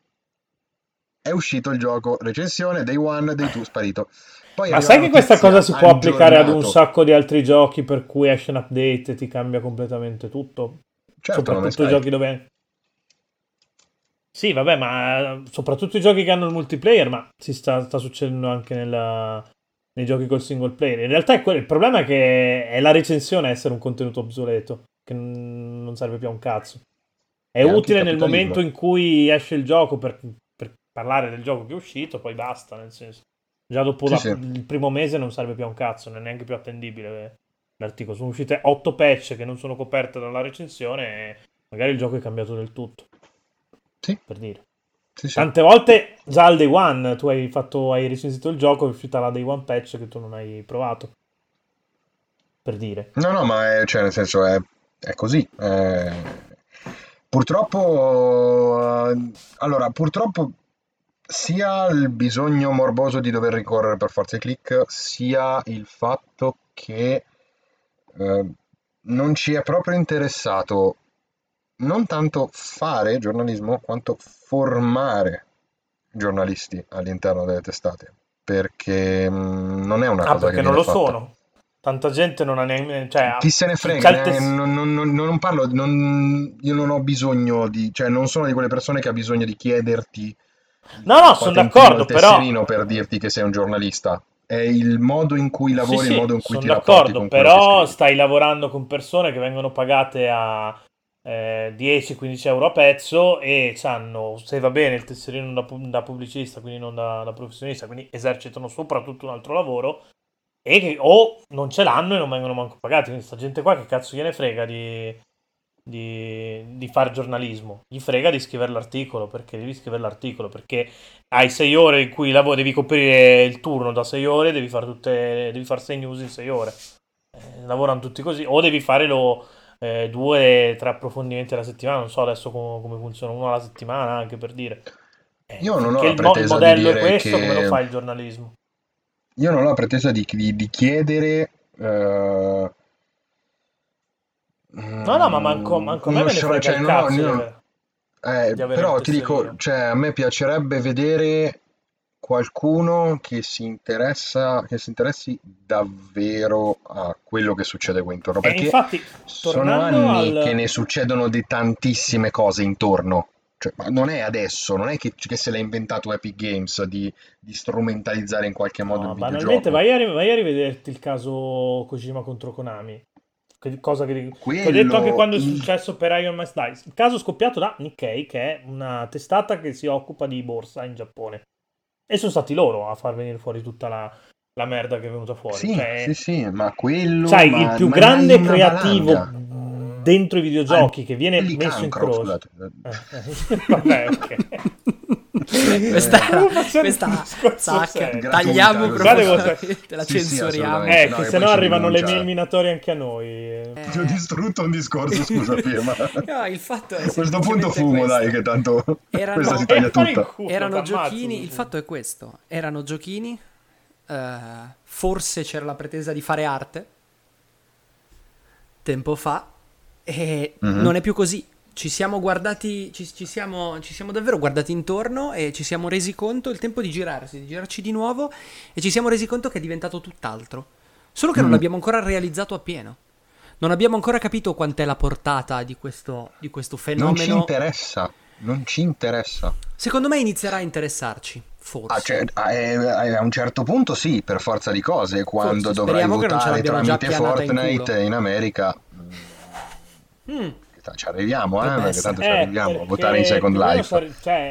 Speaker 2: È uscito il gioco, recensione, day one, day two, sparito. Poi
Speaker 1: Ma
Speaker 2: arriva la
Speaker 1: sai che questa cosa
Speaker 2: notizia,
Speaker 1: si può applicare ad un
Speaker 2: aggiornato.
Speaker 1: sacco di altri giochi per cui esce un update e ti cambia completamente tutto?
Speaker 2: Certo, non è
Speaker 1: Soprattutto i
Speaker 2: Sky.
Speaker 1: giochi dove... Sì, vabbè, ma soprattutto i giochi che hanno il multiplayer, ma sta succedendo anche nei giochi col single player. In realtà il problema è che è la recensione a essere un contenuto obsoleto, che non serve più a un cazzo. È
Speaker 2: È
Speaker 1: utile nel
Speaker 2: anticapitalismo.
Speaker 1: momento in cui esce il gioco per parlare del gioco che è uscito, poi basta, nel senso. Già dopo
Speaker 2: Sì, sì.
Speaker 1: il primo mese non serve più a un cazzo, non è neanche più attendibile l'articolo. Sono uscite 8 patch che non sono coperte dalla recensione e magari il gioco è cambiato del tutto,
Speaker 2: Sì,
Speaker 1: per dire.
Speaker 2: sì, sì.
Speaker 1: Tante volte già al day one tu hai recensito il gioco, è uscita la day one patch che tu non hai provato, per dire.
Speaker 2: No, no, ma cioè, nel senso è così. Purtroppo, allora, purtroppo sia il bisogno morboso di dover ricorrere per forza ai click, sia il fatto che eh, non ci è proprio interessato non tanto fare giornalismo quanto formare giornalisti all'interno delle testate, perché non è una
Speaker 1: Ah,
Speaker 2: cosa che
Speaker 1: perché non
Speaker 2: viene
Speaker 1: lo
Speaker 2: fatta.
Speaker 1: sono. Tanta gente non ha neanche... Cioè,
Speaker 2: Chi se ne
Speaker 1: chi
Speaker 2: frega,
Speaker 1: c'ha il
Speaker 2: non parlo, io non ho bisogno di, cioè non sono di quelle persone che ha bisogno di chiederti
Speaker 1: No,
Speaker 2: il
Speaker 1: no, sono
Speaker 2: patentino, il
Speaker 1: d'accordo, però...
Speaker 2: tesserino per dirti che sei un giornalista. È il modo in cui
Speaker 1: Sì,
Speaker 2: lavori, il modo
Speaker 1: sì,
Speaker 2: in cui
Speaker 1: sono
Speaker 2: ti rapporti
Speaker 1: d'accordo,
Speaker 2: con quello che
Speaker 1: però
Speaker 2: scrivi.
Speaker 1: stai lavorando con persone che vengono pagate a 10-15 euro a pezzo e hanno, se va bene, il tesserino da pubblicista, quindi non da professionista, quindi esercitano soprattutto un altro lavoro e che o non ce l'hanno e non vengono manco pagati. Quindi sta gente qua che cazzo gliene frega di fare giornalismo? Gli frega di scrivere l'articolo, perché devi scrivere l'articolo, perché hai 6 ore in cui lavori, devi coprire il turno da 6 ore, devi fare 6 news in 6 ore. Lavorano tutti così, o devi fare 2-3 approfondimenti alla settimana, non so adesso come funziona, uno alla settimana anche per dire.
Speaker 2: Io non ho
Speaker 1: Finché
Speaker 2: la
Speaker 1: il
Speaker 2: pretesa di
Speaker 1: modello è
Speaker 2: dire
Speaker 1: questo, come lo
Speaker 2: che...
Speaker 1: fa il giornalismo?
Speaker 2: Io non ho la pretesa di chiedere
Speaker 1: No, no, ma manco a me me ne frega
Speaker 2: cioè,
Speaker 1: il cazzo di avere il
Speaker 2: però ti dico,
Speaker 1: tesserino.
Speaker 2: cioè, a me piacerebbe vedere qualcuno che si interessi davvero a quello che succede qui intorno,
Speaker 1: E
Speaker 2: perché
Speaker 1: infatti,
Speaker 2: sono
Speaker 1: tornando
Speaker 2: anni che
Speaker 1: al...
Speaker 2: ne succedono di tantissime cose intorno. Cioè, ma non è adesso, non è che se l'ha inventato Epic Games di strumentalizzare in qualche modo il
Speaker 1: No, banalmente
Speaker 2: videogioco.
Speaker 1: vai a rivederti il caso Kojima contro Konami. Cosa che
Speaker 2: Quello,
Speaker 1: ho detto anche quando è
Speaker 2: il-
Speaker 1: successo per Iron Must Die. Il caso scoppiato da Nikkei, che è una testata che si occupa di borsa in Giappone. E sono stati loro a far venire fuori tutta la merda che è venuta fuori.
Speaker 2: Sì,
Speaker 1: Cioè,
Speaker 2: sì, sì, ma quello,
Speaker 1: sai, il più
Speaker 2: ma ne hai
Speaker 1: grande
Speaker 2: una
Speaker 1: creativo
Speaker 2: valanga.
Speaker 1: dentro i videogiochi che viene
Speaker 2: Belli
Speaker 1: messo in
Speaker 2: cancro,
Speaker 1: croce.
Speaker 2: scusate.
Speaker 1: Vabbè, ok.
Speaker 3: questa,
Speaker 1: Stiamo facendo un
Speaker 3: questa
Speaker 1: discorso
Speaker 3: sacca,
Speaker 1: serio.
Speaker 3: tagliamo
Speaker 2: Gratuita,
Speaker 3: profondamente, la
Speaker 2: sì, sì,
Speaker 3: censuriamo.
Speaker 2: assolutamente. No,
Speaker 1: Che
Speaker 2: che
Speaker 1: se
Speaker 2: poi
Speaker 1: no
Speaker 2: ci
Speaker 1: arrivano le
Speaker 2: rinuncia.
Speaker 1: mail minatorie anche a noi.
Speaker 2: Ti ho distrutto un discorso, scusa, firma.
Speaker 3: No, il fatto è
Speaker 2: A questo punto
Speaker 3: semplicemente
Speaker 2: fumo,
Speaker 3: questo.
Speaker 2: dai, che tanto questa si
Speaker 3: Erano,
Speaker 2: taglia
Speaker 1: Fare in
Speaker 2: tutta.
Speaker 1: culo,
Speaker 3: erano
Speaker 1: t'ammazzo,
Speaker 3: giochini,
Speaker 1: su
Speaker 3: il
Speaker 1: fumo.
Speaker 3: fatto è questo, erano giochini, forse c'era la pretesa di fare arte, tempo fa, e
Speaker 2: Mhm.
Speaker 3: non è più così. Ci siamo guardati, ci siamo davvero guardati intorno e ci siamo resi conto il tempo di girarci di nuovo e ci siamo resi conto che è diventato tutt'altro. Solo che non l'abbiamo ancora realizzato appieno. Non abbiamo ancora capito quant'è la portata di questo
Speaker 2: Non ci
Speaker 3: fenomeno.
Speaker 2: interessa, non ci interessa.
Speaker 3: Secondo me inizierà a interessarci, forse.
Speaker 2: A un certo punto sì, per forza di cose, quando
Speaker 3: Forse,
Speaker 2: dovrai
Speaker 3: speriamo che non ce
Speaker 2: votare
Speaker 3: l'abbiano già
Speaker 2: tramite
Speaker 3: pianata in
Speaker 2: Fortnite
Speaker 3: culo.
Speaker 2: in America,
Speaker 3: Mm,
Speaker 2: ci arriviamo,
Speaker 3: Potrebbe
Speaker 2: perché
Speaker 3: essere.
Speaker 2: tanto ci arriviamo a
Speaker 1: Perché
Speaker 2: votare in Second
Speaker 1: più o meno
Speaker 2: Life.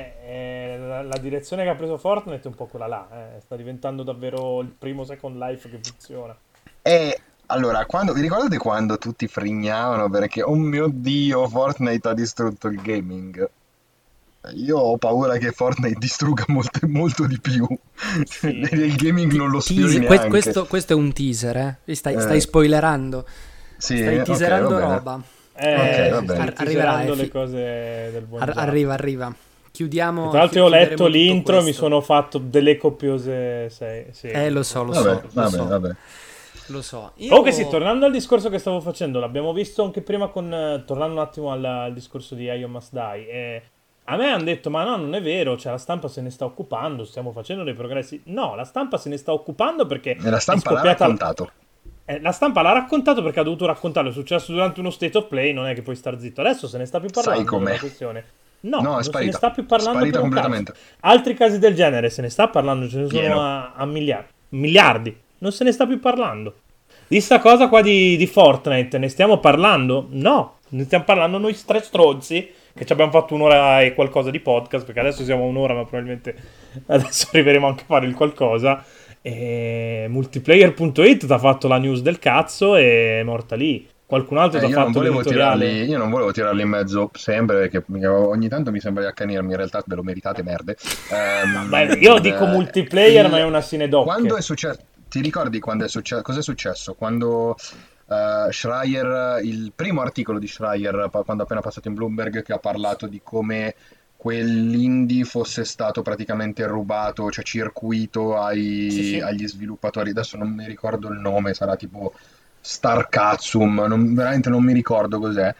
Speaker 1: la direzione che ha preso Fortnite è un po' quella là. Sta diventando davvero il primo Second Life che funziona.
Speaker 2: E allora, vi ricordate quando tutti frignavano perché, oh mio Dio, Fortnite ha distrutto il gaming? Io ho paura che Fortnite distrugga molto di più.
Speaker 1: Sì.
Speaker 2: Il gaming non lo sfiori
Speaker 3: teaser-
Speaker 2: neanche.
Speaker 3: questo è un teaser, eh? Stai
Speaker 2: Eh,
Speaker 3: spoilerando.
Speaker 2: sì,
Speaker 3: Stai
Speaker 2: ok,
Speaker 3: teaserando
Speaker 2: va bene.
Speaker 3: roba.
Speaker 2: Ok, va
Speaker 1: Si
Speaker 2: bene.
Speaker 1: sta
Speaker 3: Arriverà,
Speaker 1: teaserando le
Speaker 3: Efi.
Speaker 1: cose del buon Giacomo.
Speaker 3: Arriva. Chiudiamo.
Speaker 1: E tra l'altro io ho letto
Speaker 3: chiuderemo tutto
Speaker 1: l'intro e mi
Speaker 3: questo.
Speaker 1: sono fatto delle copiose sì.
Speaker 3: Lo so.
Speaker 2: Vabbè.
Speaker 3: Lo so.
Speaker 1: Comunque sì, tornando al discorso che stavo facendo, l'abbiamo visto anche prima tornando un attimo al discorso di Ion Must Die. A me hanno detto, ma no, non è vero, cioè la stampa se ne sta occupando, stiamo facendo dei progressi. No, la stampa se ne sta occupando perché
Speaker 2: E la
Speaker 1: è
Speaker 2: stampa l'ha
Speaker 1: scoppiata
Speaker 2: raccontato.
Speaker 1: la stampa l'ha raccontato perché ha dovuto raccontarlo, è successo durante uno state of play, non è che puoi star zitto. Adesso se ne sta più
Speaker 2: Sai
Speaker 1: parlando
Speaker 2: com'è.
Speaker 1: della questione. No,
Speaker 2: No, è
Speaker 1: non se ne
Speaker 2: sparita.
Speaker 1: sta più parlando
Speaker 2: Sparita
Speaker 1: per un
Speaker 2: completamente.
Speaker 1: cazzo. Altri casi del genere se ne sta parlando, ce ne sono
Speaker 2: Pieno.
Speaker 1: a miliardi. Non se ne sta più parlando. Di sta cosa qua di Fortnite, ne stiamo parlando? No, ne stiamo parlando noi tre stronzi, che ci abbiamo fatto un'ora e qualcosa di podcast, perché adesso siamo a un'ora, ma probabilmente adesso arriveremo anche a fare il qualcosa. E Multiplayer.it ti ha fatto la news del cazzo e è morta lì. Qualcun altro ti ha
Speaker 2: Io non
Speaker 1: fatto
Speaker 2: volevo
Speaker 1: l'editoriale.
Speaker 2: tirarli, io non volevo tirarli in mezzo sempre perché ogni tanto mi sembra di accanirmi, in realtà ve lo meritate merde.
Speaker 1: Beh, io dico multiplayer, ma è una sinedocche.
Speaker 2: Quando è successo? Ti ricordi quando è successo? Cos'è successo? Quando Schreier, il primo articolo di Schreier, quando è appena passato in Bloomberg, che ha parlato di come quell'indie fosse stato praticamente rubato, cioè circuito
Speaker 1: Sì.
Speaker 2: agli sviluppatori. Adesso non mi ricordo il nome, sarà tipo Starkatsum, veramente non mi ricordo cos'è.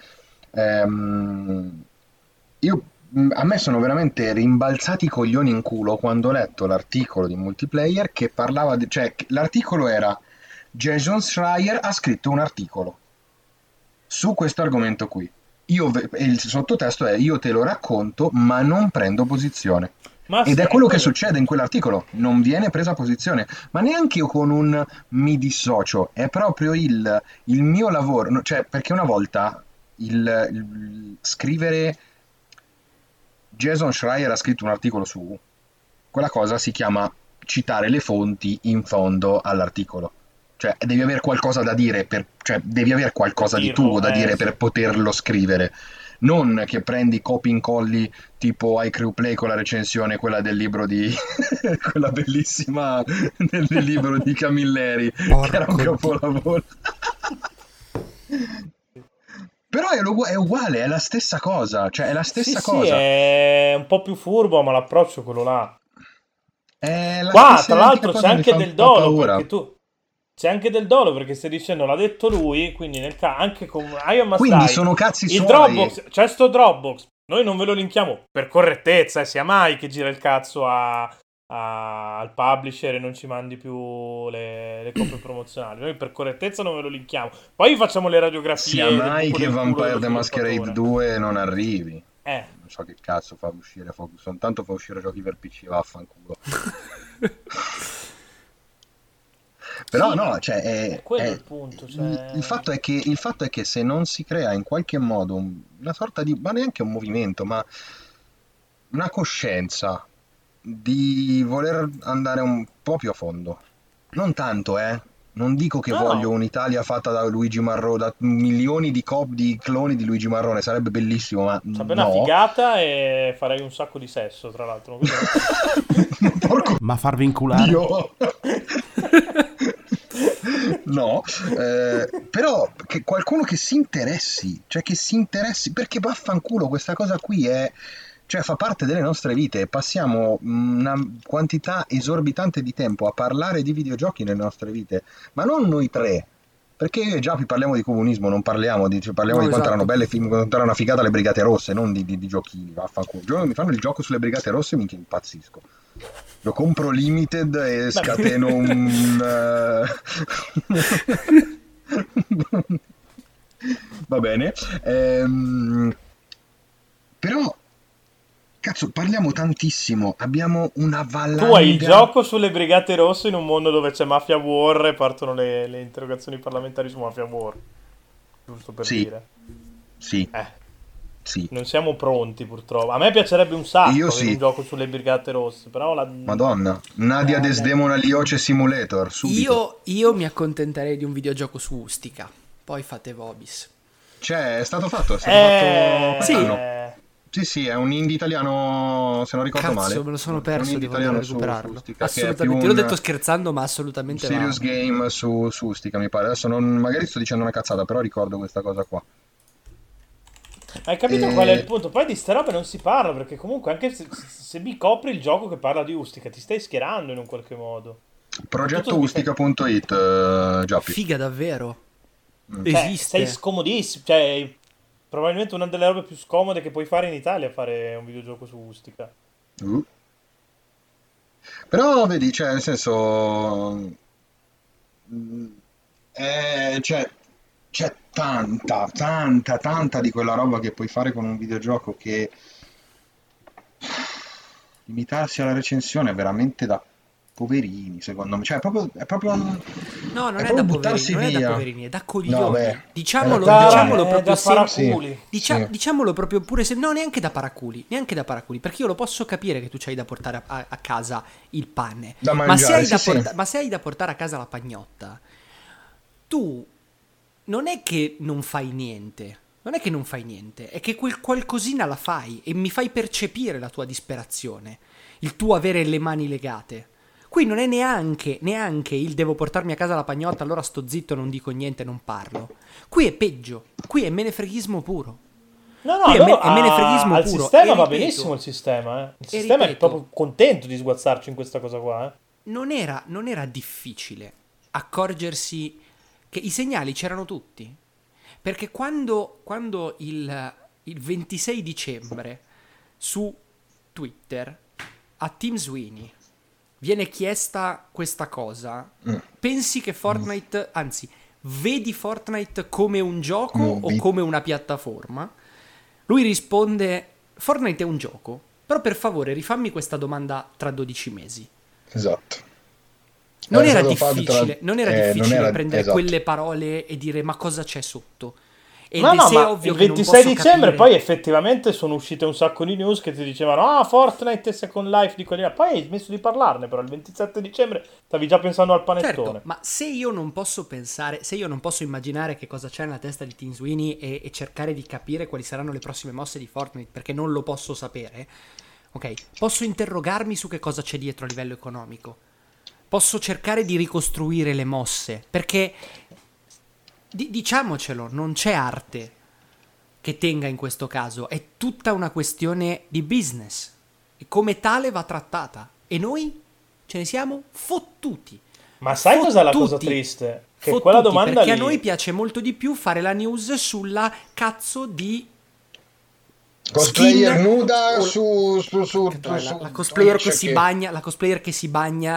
Speaker 2: Io, a me sono veramente rimbalzati i coglioni in culo quando ho letto l'articolo di Multiplayer che parlava di, cioè l'articolo era Jason Schreier ha scritto un articolo su questo argomento qui. E il sottotesto è io te lo racconto ma non prendo posizione.
Speaker 1: Ma
Speaker 2: Ed
Speaker 1: sì,
Speaker 2: è quello che
Speaker 1: quello.
Speaker 2: succede in quell'articolo, non viene presa posizione, ma neanche io con un mi dissocio, è proprio il mio lavoro, cioè perché una volta il scrivere Jason Schreier ha scritto un articolo su, quella cosa si chiama citare le fonti in fondo all'articolo. Cioè, devi avere qualcosa da dire, cioè, devi avere qualcosa di
Speaker 1: Dirlo,
Speaker 2: tuo da dire
Speaker 1: sì.
Speaker 2: per poterlo scrivere. Non che prendi copy incolli tipo iCrewPlay con la recensione, quella del libro di... quella bellissima del libro di Camilleri, che era un capolavoro. Però è uguale, è la stessa cosa, cioè è la stessa
Speaker 1: Sì,
Speaker 2: cosa.
Speaker 1: è un po' più furbo, ma l'approccio è quello là.
Speaker 2: È la
Speaker 1: Qua,
Speaker 2: stessa
Speaker 1: tra
Speaker 2: identica
Speaker 1: l'altro, c'è
Speaker 2: cosa, mi
Speaker 1: anche
Speaker 2: fa
Speaker 1: del
Speaker 2: un po'
Speaker 1: dolo,
Speaker 2: paura.
Speaker 1: perché tu... C'è anche del dolo, perché stai dicendo, l'ha detto lui, quindi anche con Ion Must
Speaker 2: Quindi
Speaker 1: Die,
Speaker 2: sono cazzi
Speaker 1: il
Speaker 2: suoi.
Speaker 1: Dropbox, c'è sto Dropbox, noi non ve lo linkiamo per correttezza, sia mai che gira il cazzo al publisher e non ci mandi più le copie promozionali. Noi per correttezza non ve lo linkiamo. Poi vi facciamo le radiografie
Speaker 2: Sia
Speaker 1: del
Speaker 2: mai
Speaker 1: buco
Speaker 2: che
Speaker 1: del culo
Speaker 2: Vampire
Speaker 1: dello
Speaker 2: the Masquerade
Speaker 1: sviluppatore.
Speaker 2: 2 non arrivi.
Speaker 1: Eh.
Speaker 2: Non so che cazzo fa uscire, tanto fa uscire giochi per PC, vaffanculo. Però
Speaker 1: Sì,
Speaker 2: no, cioè,
Speaker 1: è quello il punto. Cioè...
Speaker 2: il fatto è che se non si crea in qualche modo una sorta di, ma neanche un movimento, ma una coscienza di voler andare un po' più a fondo. Non tanto, eh. Non dico che
Speaker 1: No,
Speaker 2: voglio
Speaker 1: no,
Speaker 2: un'Italia fatta da Luigi Marrone, da milioni di cloni di Luigi Marrone, sarebbe bellissimo, ma
Speaker 1: sarebbe una
Speaker 2: no.
Speaker 1: figata e farei un sacco di sesso, tra l'altro. Quello no.
Speaker 2: Porco
Speaker 6: Ma farvi inculare?
Speaker 2: Dio! No, però che qualcuno che si interessi, cioè che si interessi, perché vaffanculo questa cosa qui è, cioè fa parte delle nostre vite, passiamo una quantità esorbitante di tempo a parlare di videogiochi nelle nostre vite, ma non noi tre, perché già qui parliamo di comunismo, non parliamo di, cioè, parliamo
Speaker 3: No,
Speaker 2: di quanto
Speaker 3: esatto.
Speaker 2: erano belle film, quanto era una figata le Brigate Rosse, non di giochini, vaffanculo. Mi fanno il gioco sulle Brigate Rosse e mi impazzisco. Lo compro limited e scateno Va bene. Però, cazzo, parliamo tantissimo. Abbiamo una
Speaker 1: Tu hai il
Speaker 2: valanga.
Speaker 1: gioco sulle Brigate Rosse in un mondo dove c'è Mafia War e partono le interrogazioni parlamentari su Mafia War. Giusto per
Speaker 2: Sì,
Speaker 1: dire.
Speaker 2: sì,
Speaker 1: Eh,
Speaker 2: sì.
Speaker 1: non siamo pronti purtroppo. A me piacerebbe un sacco
Speaker 2: Io
Speaker 1: avere
Speaker 2: sì.
Speaker 1: un gioco sulle Brigate Rosse, però la...
Speaker 2: Madonna. Nadia Desdemona Lioce Simulator, subito.
Speaker 3: Io mi accontenterei di un videogioco su Ustica. Poi fate Vobis.
Speaker 2: Cioè, è stato fatto
Speaker 1: Eh,
Speaker 3: Sì.
Speaker 2: quest'anno. Sì, è un indie italiano, se non ricordo male.
Speaker 3: Cazzo, me lo sono
Speaker 2: È un
Speaker 3: perso,
Speaker 2: indie
Speaker 3: devo
Speaker 2: italiano
Speaker 3: andare a recuperarlo.
Speaker 2: su Ustica, che è più
Speaker 3: Assolutamente. L'ho
Speaker 2: un
Speaker 3: detto scherzando, ma assolutamente va.
Speaker 2: serious game su Ustica, mi pare. Adesso magari sto dicendo una cazzata, però ricordo questa cosa qua.
Speaker 1: Hai capito qual è il
Speaker 2: E...
Speaker 1: punto? Poi di ste robe non si parla, perché comunque anche se mi copri il gioco che parla di Ustica, ti stai schierando in un qualche modo.
Speaker 2: Progettoustica.it, Giappi.
Speaker 3: Figa davvero.
Speaker 1: Cioè, sei
Speaker 3: Esiste.
Speaker 1: scomodissimo, cioè probabilmente una delle robe più scomode che puoi fare in Italia è fare un videogioco su Ustica.
Speaker 2: Però vedi, cioè, nel senso, mm, c'è tanta di quella roba che puoi fare con un videogioco che limitarsi alla recensione è veramente da poverini, secondo me. Cioè,
Speaker 3: No, non
Speaker 2: è
Speaker 3: è
Speaker 2: proprio
Speaker 3: da
Speaker 2: buttarsi
Speaker 3: poverini, non è da
Speaker 2: via.
Speaker 3: poverini, è da
Speaker 2: No,
Speaker 3: coglioni.
Speaker 2: beh, è da
Speaker 3: Diciamolo,
Speaker 2: coglioni.
Speaker 3: diciamolo
Speaker 1: È
Speaker 3: proprio
Speaker 1: da
Speaker 3: semplice.
Speaker 1: paraculi.
Speaker 2: Sì.
Speaker 3: Diciamolo proprio pure se no, neanche da paraculi, perché io lo posso capire che tu c'hai da portare a casa il pane,
Speaker 2: Da
Speaker 3: ma se hai
Speaker 2: mangiare,
Speaker 3: da
Speaker 2: sì, sì.
Speaker 3: ma se hai da portare a casa la pagnotta, tu non è che non fai niente, non è che non fai niente, è che quel qualcosina la fai e mi fai percepire la tua disperazione, il tuo avere le mani legate. Qui non è neanche il devo portarmi a casa la pagnotta, allora sto zitto, non dico niente, non parlo. Qui è peggio, qui è menefreghismo puro.
Speaker 1: No,
Speaker 3: Qui
Speaker 1: loro
Speaker 3: è menefreghismo
Speaker 1: al
Speaker 3: puro.
Speaker 1: sistema
Speaker 3: E
Speaker 1: va
Speaker 3: ripeto,
Speaker 1: benissimo il sistema, eh. Il
Speaker 3: e
Speaker 1: sistema è
Speaker 3: ripeto,
Speaker 1: proprio contento di sguazzarci in questa cosa qua, eh.
Speaker 3: non era difficile accorgersi che i segnali c'erano tutti. Perché quando il 26 dicembre su Twitter a Tim Sweeney viene chiesta questa cosa, pensi che Fortnite, anzi, vedi Fortnite come un gioco o come una piattaforma? Lui risponde, Fortnite è un gioco, però per favore rifammi questa domanda tra 12 mesi.
Speaker 2: Esatto.
Speaker 3: Non era
Speaker 2: stato fatto
Speaker 3: difficile, non era difficile prendere
Speaker 2: esatto.
Speaker 3: quelle parole e dire ma cosa c'è sotto. E
Speaker 1: No,
Speaker 3: se è
Speaker 1: ma
Speaker 3: ovvio
Speaker 1: il
Speaker 3: che non
Speaker 1: 26
Speaker 3: posso
Speaker 1: dicembre
Speaker 3: capire-
Speaker 1: poi effettivamente sono uscite un sacco di news che ti dicevano Fortnite e Second Life di quelli là. Poi hai smesso di parlarne, però il 27 dicembre stavi già pensando al panettone.
Speaker 3: Certo, ma se io non posso pensare, se io non posso immaginare che cosa c'è nella testa di Tim Sweeney e cercare di capire quali saranno le prossime mosse di Fortnite, perché non lo posso sapere, ok? Posso interrogarmi su che cosa c'è dietro a livello economico. Posso cercare di ricostruire le mosse, perché diciamocelo, non c'è arte che tenga in questo caso, è tutta una questione di business e come tale va trattata e noi ce ne siamo fottuti.
Speaker 1: Ma sai cos'è la cosa
Speaker 3: Fottuti.
Speaker 1: triste? Che
Speaker 3: Fottuti,
Speaker 1: quella domanda
Speaker 3: perché a
Speaker 1: lì...
Speaker 3: noi piace molto di più fare la news sulla cazzo di
Speaker 2: Cosplayer
Speaker 3: skin
Speaker 2: nuda
Speaker 3: o- la cosplayer che si bagna, la cosplayer che si bagna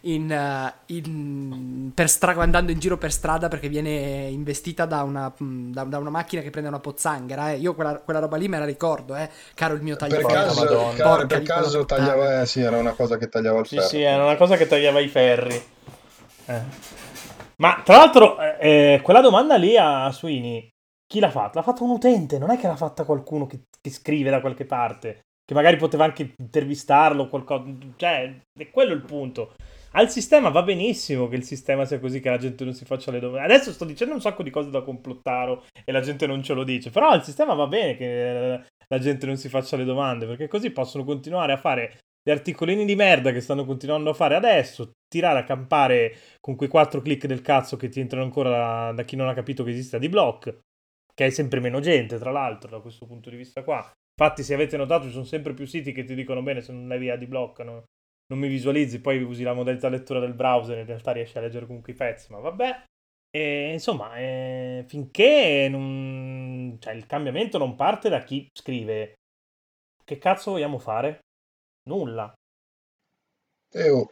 Speaker 3: andando in giro per strada perché viene investita da una macchina che prende una pozzanghera. Io quella roba lì me la ricordo, caro il mio
Speaker 2: Per
Speaker 3: tagliaferro.
Speaker 2: caso,
Speaker 1: Madonna.
Speaker 3: Porca
Speaker 2: per
Speaker 3: di quella
Speaker 2: caso
Speaker 3: puttana.
Speaker 2: tagliava, sì, era una cosa che tagliava il
Speaker 1: Sì,
Speaker 2: ferro.
Speaker 1: sì, era una cosa che tagliava i ferri. Ma tra l'altro, quella domanda lì a Sweeney, chi l'ha fatta? L'ha fatta un utente, non è che l'ha fatta qualcuno che scrive da qualche parte, che magari poteva anche intervistarlo o qualcosa. Cioè, è quello il punto. Al sistema va benissimo che il sistema sia così, che la gente non si faccia le domande. Adesso sto dicendo un sacco di cose da complottaro e la gente non ce lo dice, però al sistema va bene che la gente non si faccia le domande, perché così possono continuare a fare gli articolini di merda che stanno continuando a fare adesso, tirare a campare con quei 4 click del cazzo che ti entrano ancora da chi non ha capito che esiste Adblock, che è sempre meno gente, tra l'altro, da questo punto di vista qua. Infatti, se avete notato, ci sono sempre più siti che ti dicono bene, se non levi Adblock non mi visualizzi, poi usi la modalità lettura del browser, in realtà riesci a leggere comunque i pezzi, ma vabbè. E insomma, finché cioè, il cambiamento non parte da chi scrive, che cazzo vogliamo fare? Nulla.
Speaker 2: Io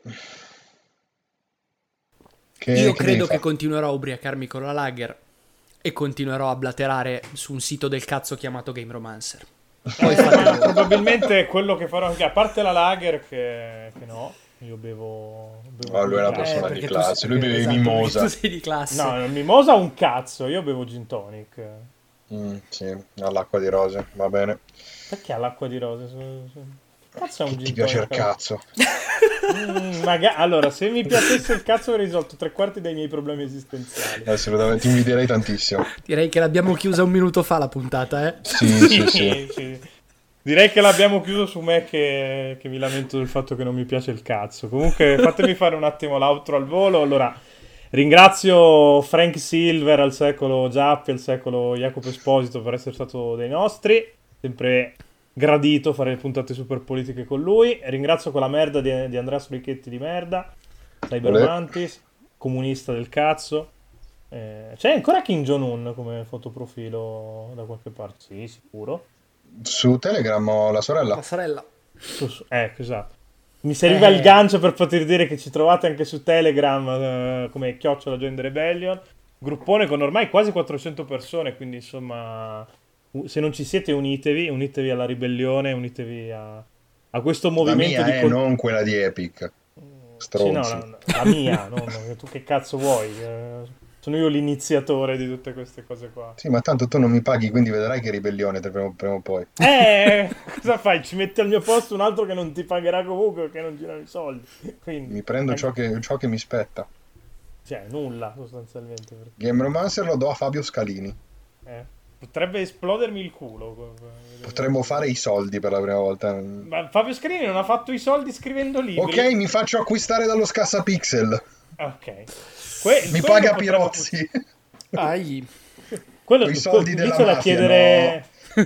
Speaker 3: credo che continuerò a ubriacarmi con la lager e continuerò a blaterare su un sito del cazzo chiamato Game Romancer.
Speaker 1: Probabilmente è quello che farò anche, a parte la lager che no, io bevo
Speaker 2: lui è una persona di classe, lui beve mimosa.
Speaker 3: Tu sei di classe.
Speaker 1: No, mimosa un cazzo, io bevo gin tonic.
Speaker 2: Sì, all'acqua di rose, va bene.
Speaker 1: Perché all'acqua di rose? Cazzo è un gin
Speaker 2: Ti piace il
Speaker 1: tonic?
Speaker 2: cazzo?
Speaker 1: Allora, se mi piacesse il cazzo avrei risolto 3/4 dei miei problemi esistenziali.
Speaker 2: Assolutamente, ti invidierei tantissimo.
Speaker 3: Direi che l'abbiamo chiusa un minuto fa la puntata, eh?
Speaker 2: Sì.
Speaker 1: Direi che l'abbiamo chiuso su me che mi lamento del fatto che non mi piace il cazzo. Comunque fatemi fare un attimo l'outro al volo. Allora, ringrazio Frank Silver al secolo Giappi, al secolo Jacopo Esposito per essere stato dei nostri. Sempre gradito fare le puntate super politiche con lui. Ringrazio quella merda di Andrea Sorichetti di merda, Cybermantis, comunista del cazzo. C'è ancora Kim Jong-un come fotoprofilo da qualche parte? Sì, sicuro.
Speaker 2: Su Telegram ho la sorella.
Speaker 3: La sorella.
Speaker 1: Ecco, esatto. Mi serviva il gancio per poter dire che ci trovate anche su Telegram come @Gender Rebellion. Gruppone con ormai quasi 400 persone, quindi insomma, se non ci siete unitevi alla ribellione, unitevi a questo movimento.
Speaker 2: La mia non quella di Epic. Stronzi.
Speaker 1: Sì, no, la mia, no, tu che cazzo vuoi? Sono io l'iniziatore di tutte queste cose qua.
Speaker 2: Sì, ma tanto tu non mi paghi, quindi vedrai che ribellione prima o poi.
Speaker 1: Cosa fai? Ci metti al mio posto un altro che non ti pagherà comunque perché non girano i soldi. Quindi,
Speaker 2: mi prendo ciò che mi spetta.
Speaker 1: Cioè, nulla, sostanzialmente. Perché...
Speaker 2: Game Romancer lo do a Fabio Scalini.
Speaker 1: Potrebbe esplodermi il culo.
Speaker 2: Potremmo fare i soldi per la prima volta.
Speaker 1: Ma Fabio Scalini non ha fatto i soldi scrivendo libri.
Speaker 2: Ok, mi faccio acquistare dallo Scassapixel.
Speaker 1: Ok.
Speaker 2: Mi paga Pirozzi.
Speaker 1: Quello
Speaker 2: i soldi della mafia,
Speaker 1: da chiedere...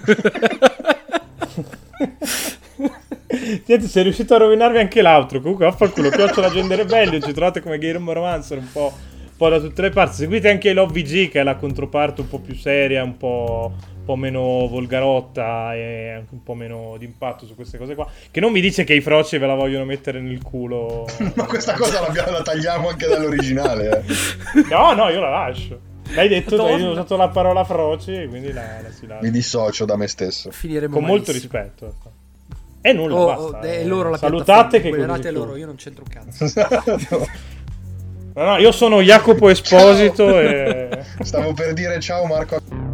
Speaker 1: no. Niente, sei riuscito a rovinarvi anche l'altro. Comunque vaffanculo, @Gender Rebellion, ci trovate come Game Romancer un po' da tutte le parti. Seguite anche l'OVG, che è la controparte un po' più seria, un po' meno volgarotta e anche un po' meno d'impatto su queste cose qua, che non mi dice che i froci ve la vogliono mettere nel culo.
Speaker 2: Ma questa cosa la tagliamo anche dall'originale.
Speaker 1: No, io la lascio. L'hai detto, hai usato la parola froci, quindi la si lascia.
Speaker 2: Mi dissocio da me stesso.
Speaker 3: Finiremo
Speaker 1: con molto
Speaker 3: malissimo.
Speaker 1: rispetto. E nulla, basta.
Speaker 3: È loro la
Speaker 1: salutate che
Speaker 3: guardate loro, io non c'entro un cazzo.
Speaker 1: No, io sono Jacopo Esposito e...
Speaker 2: Stavo per dire ciao Marco.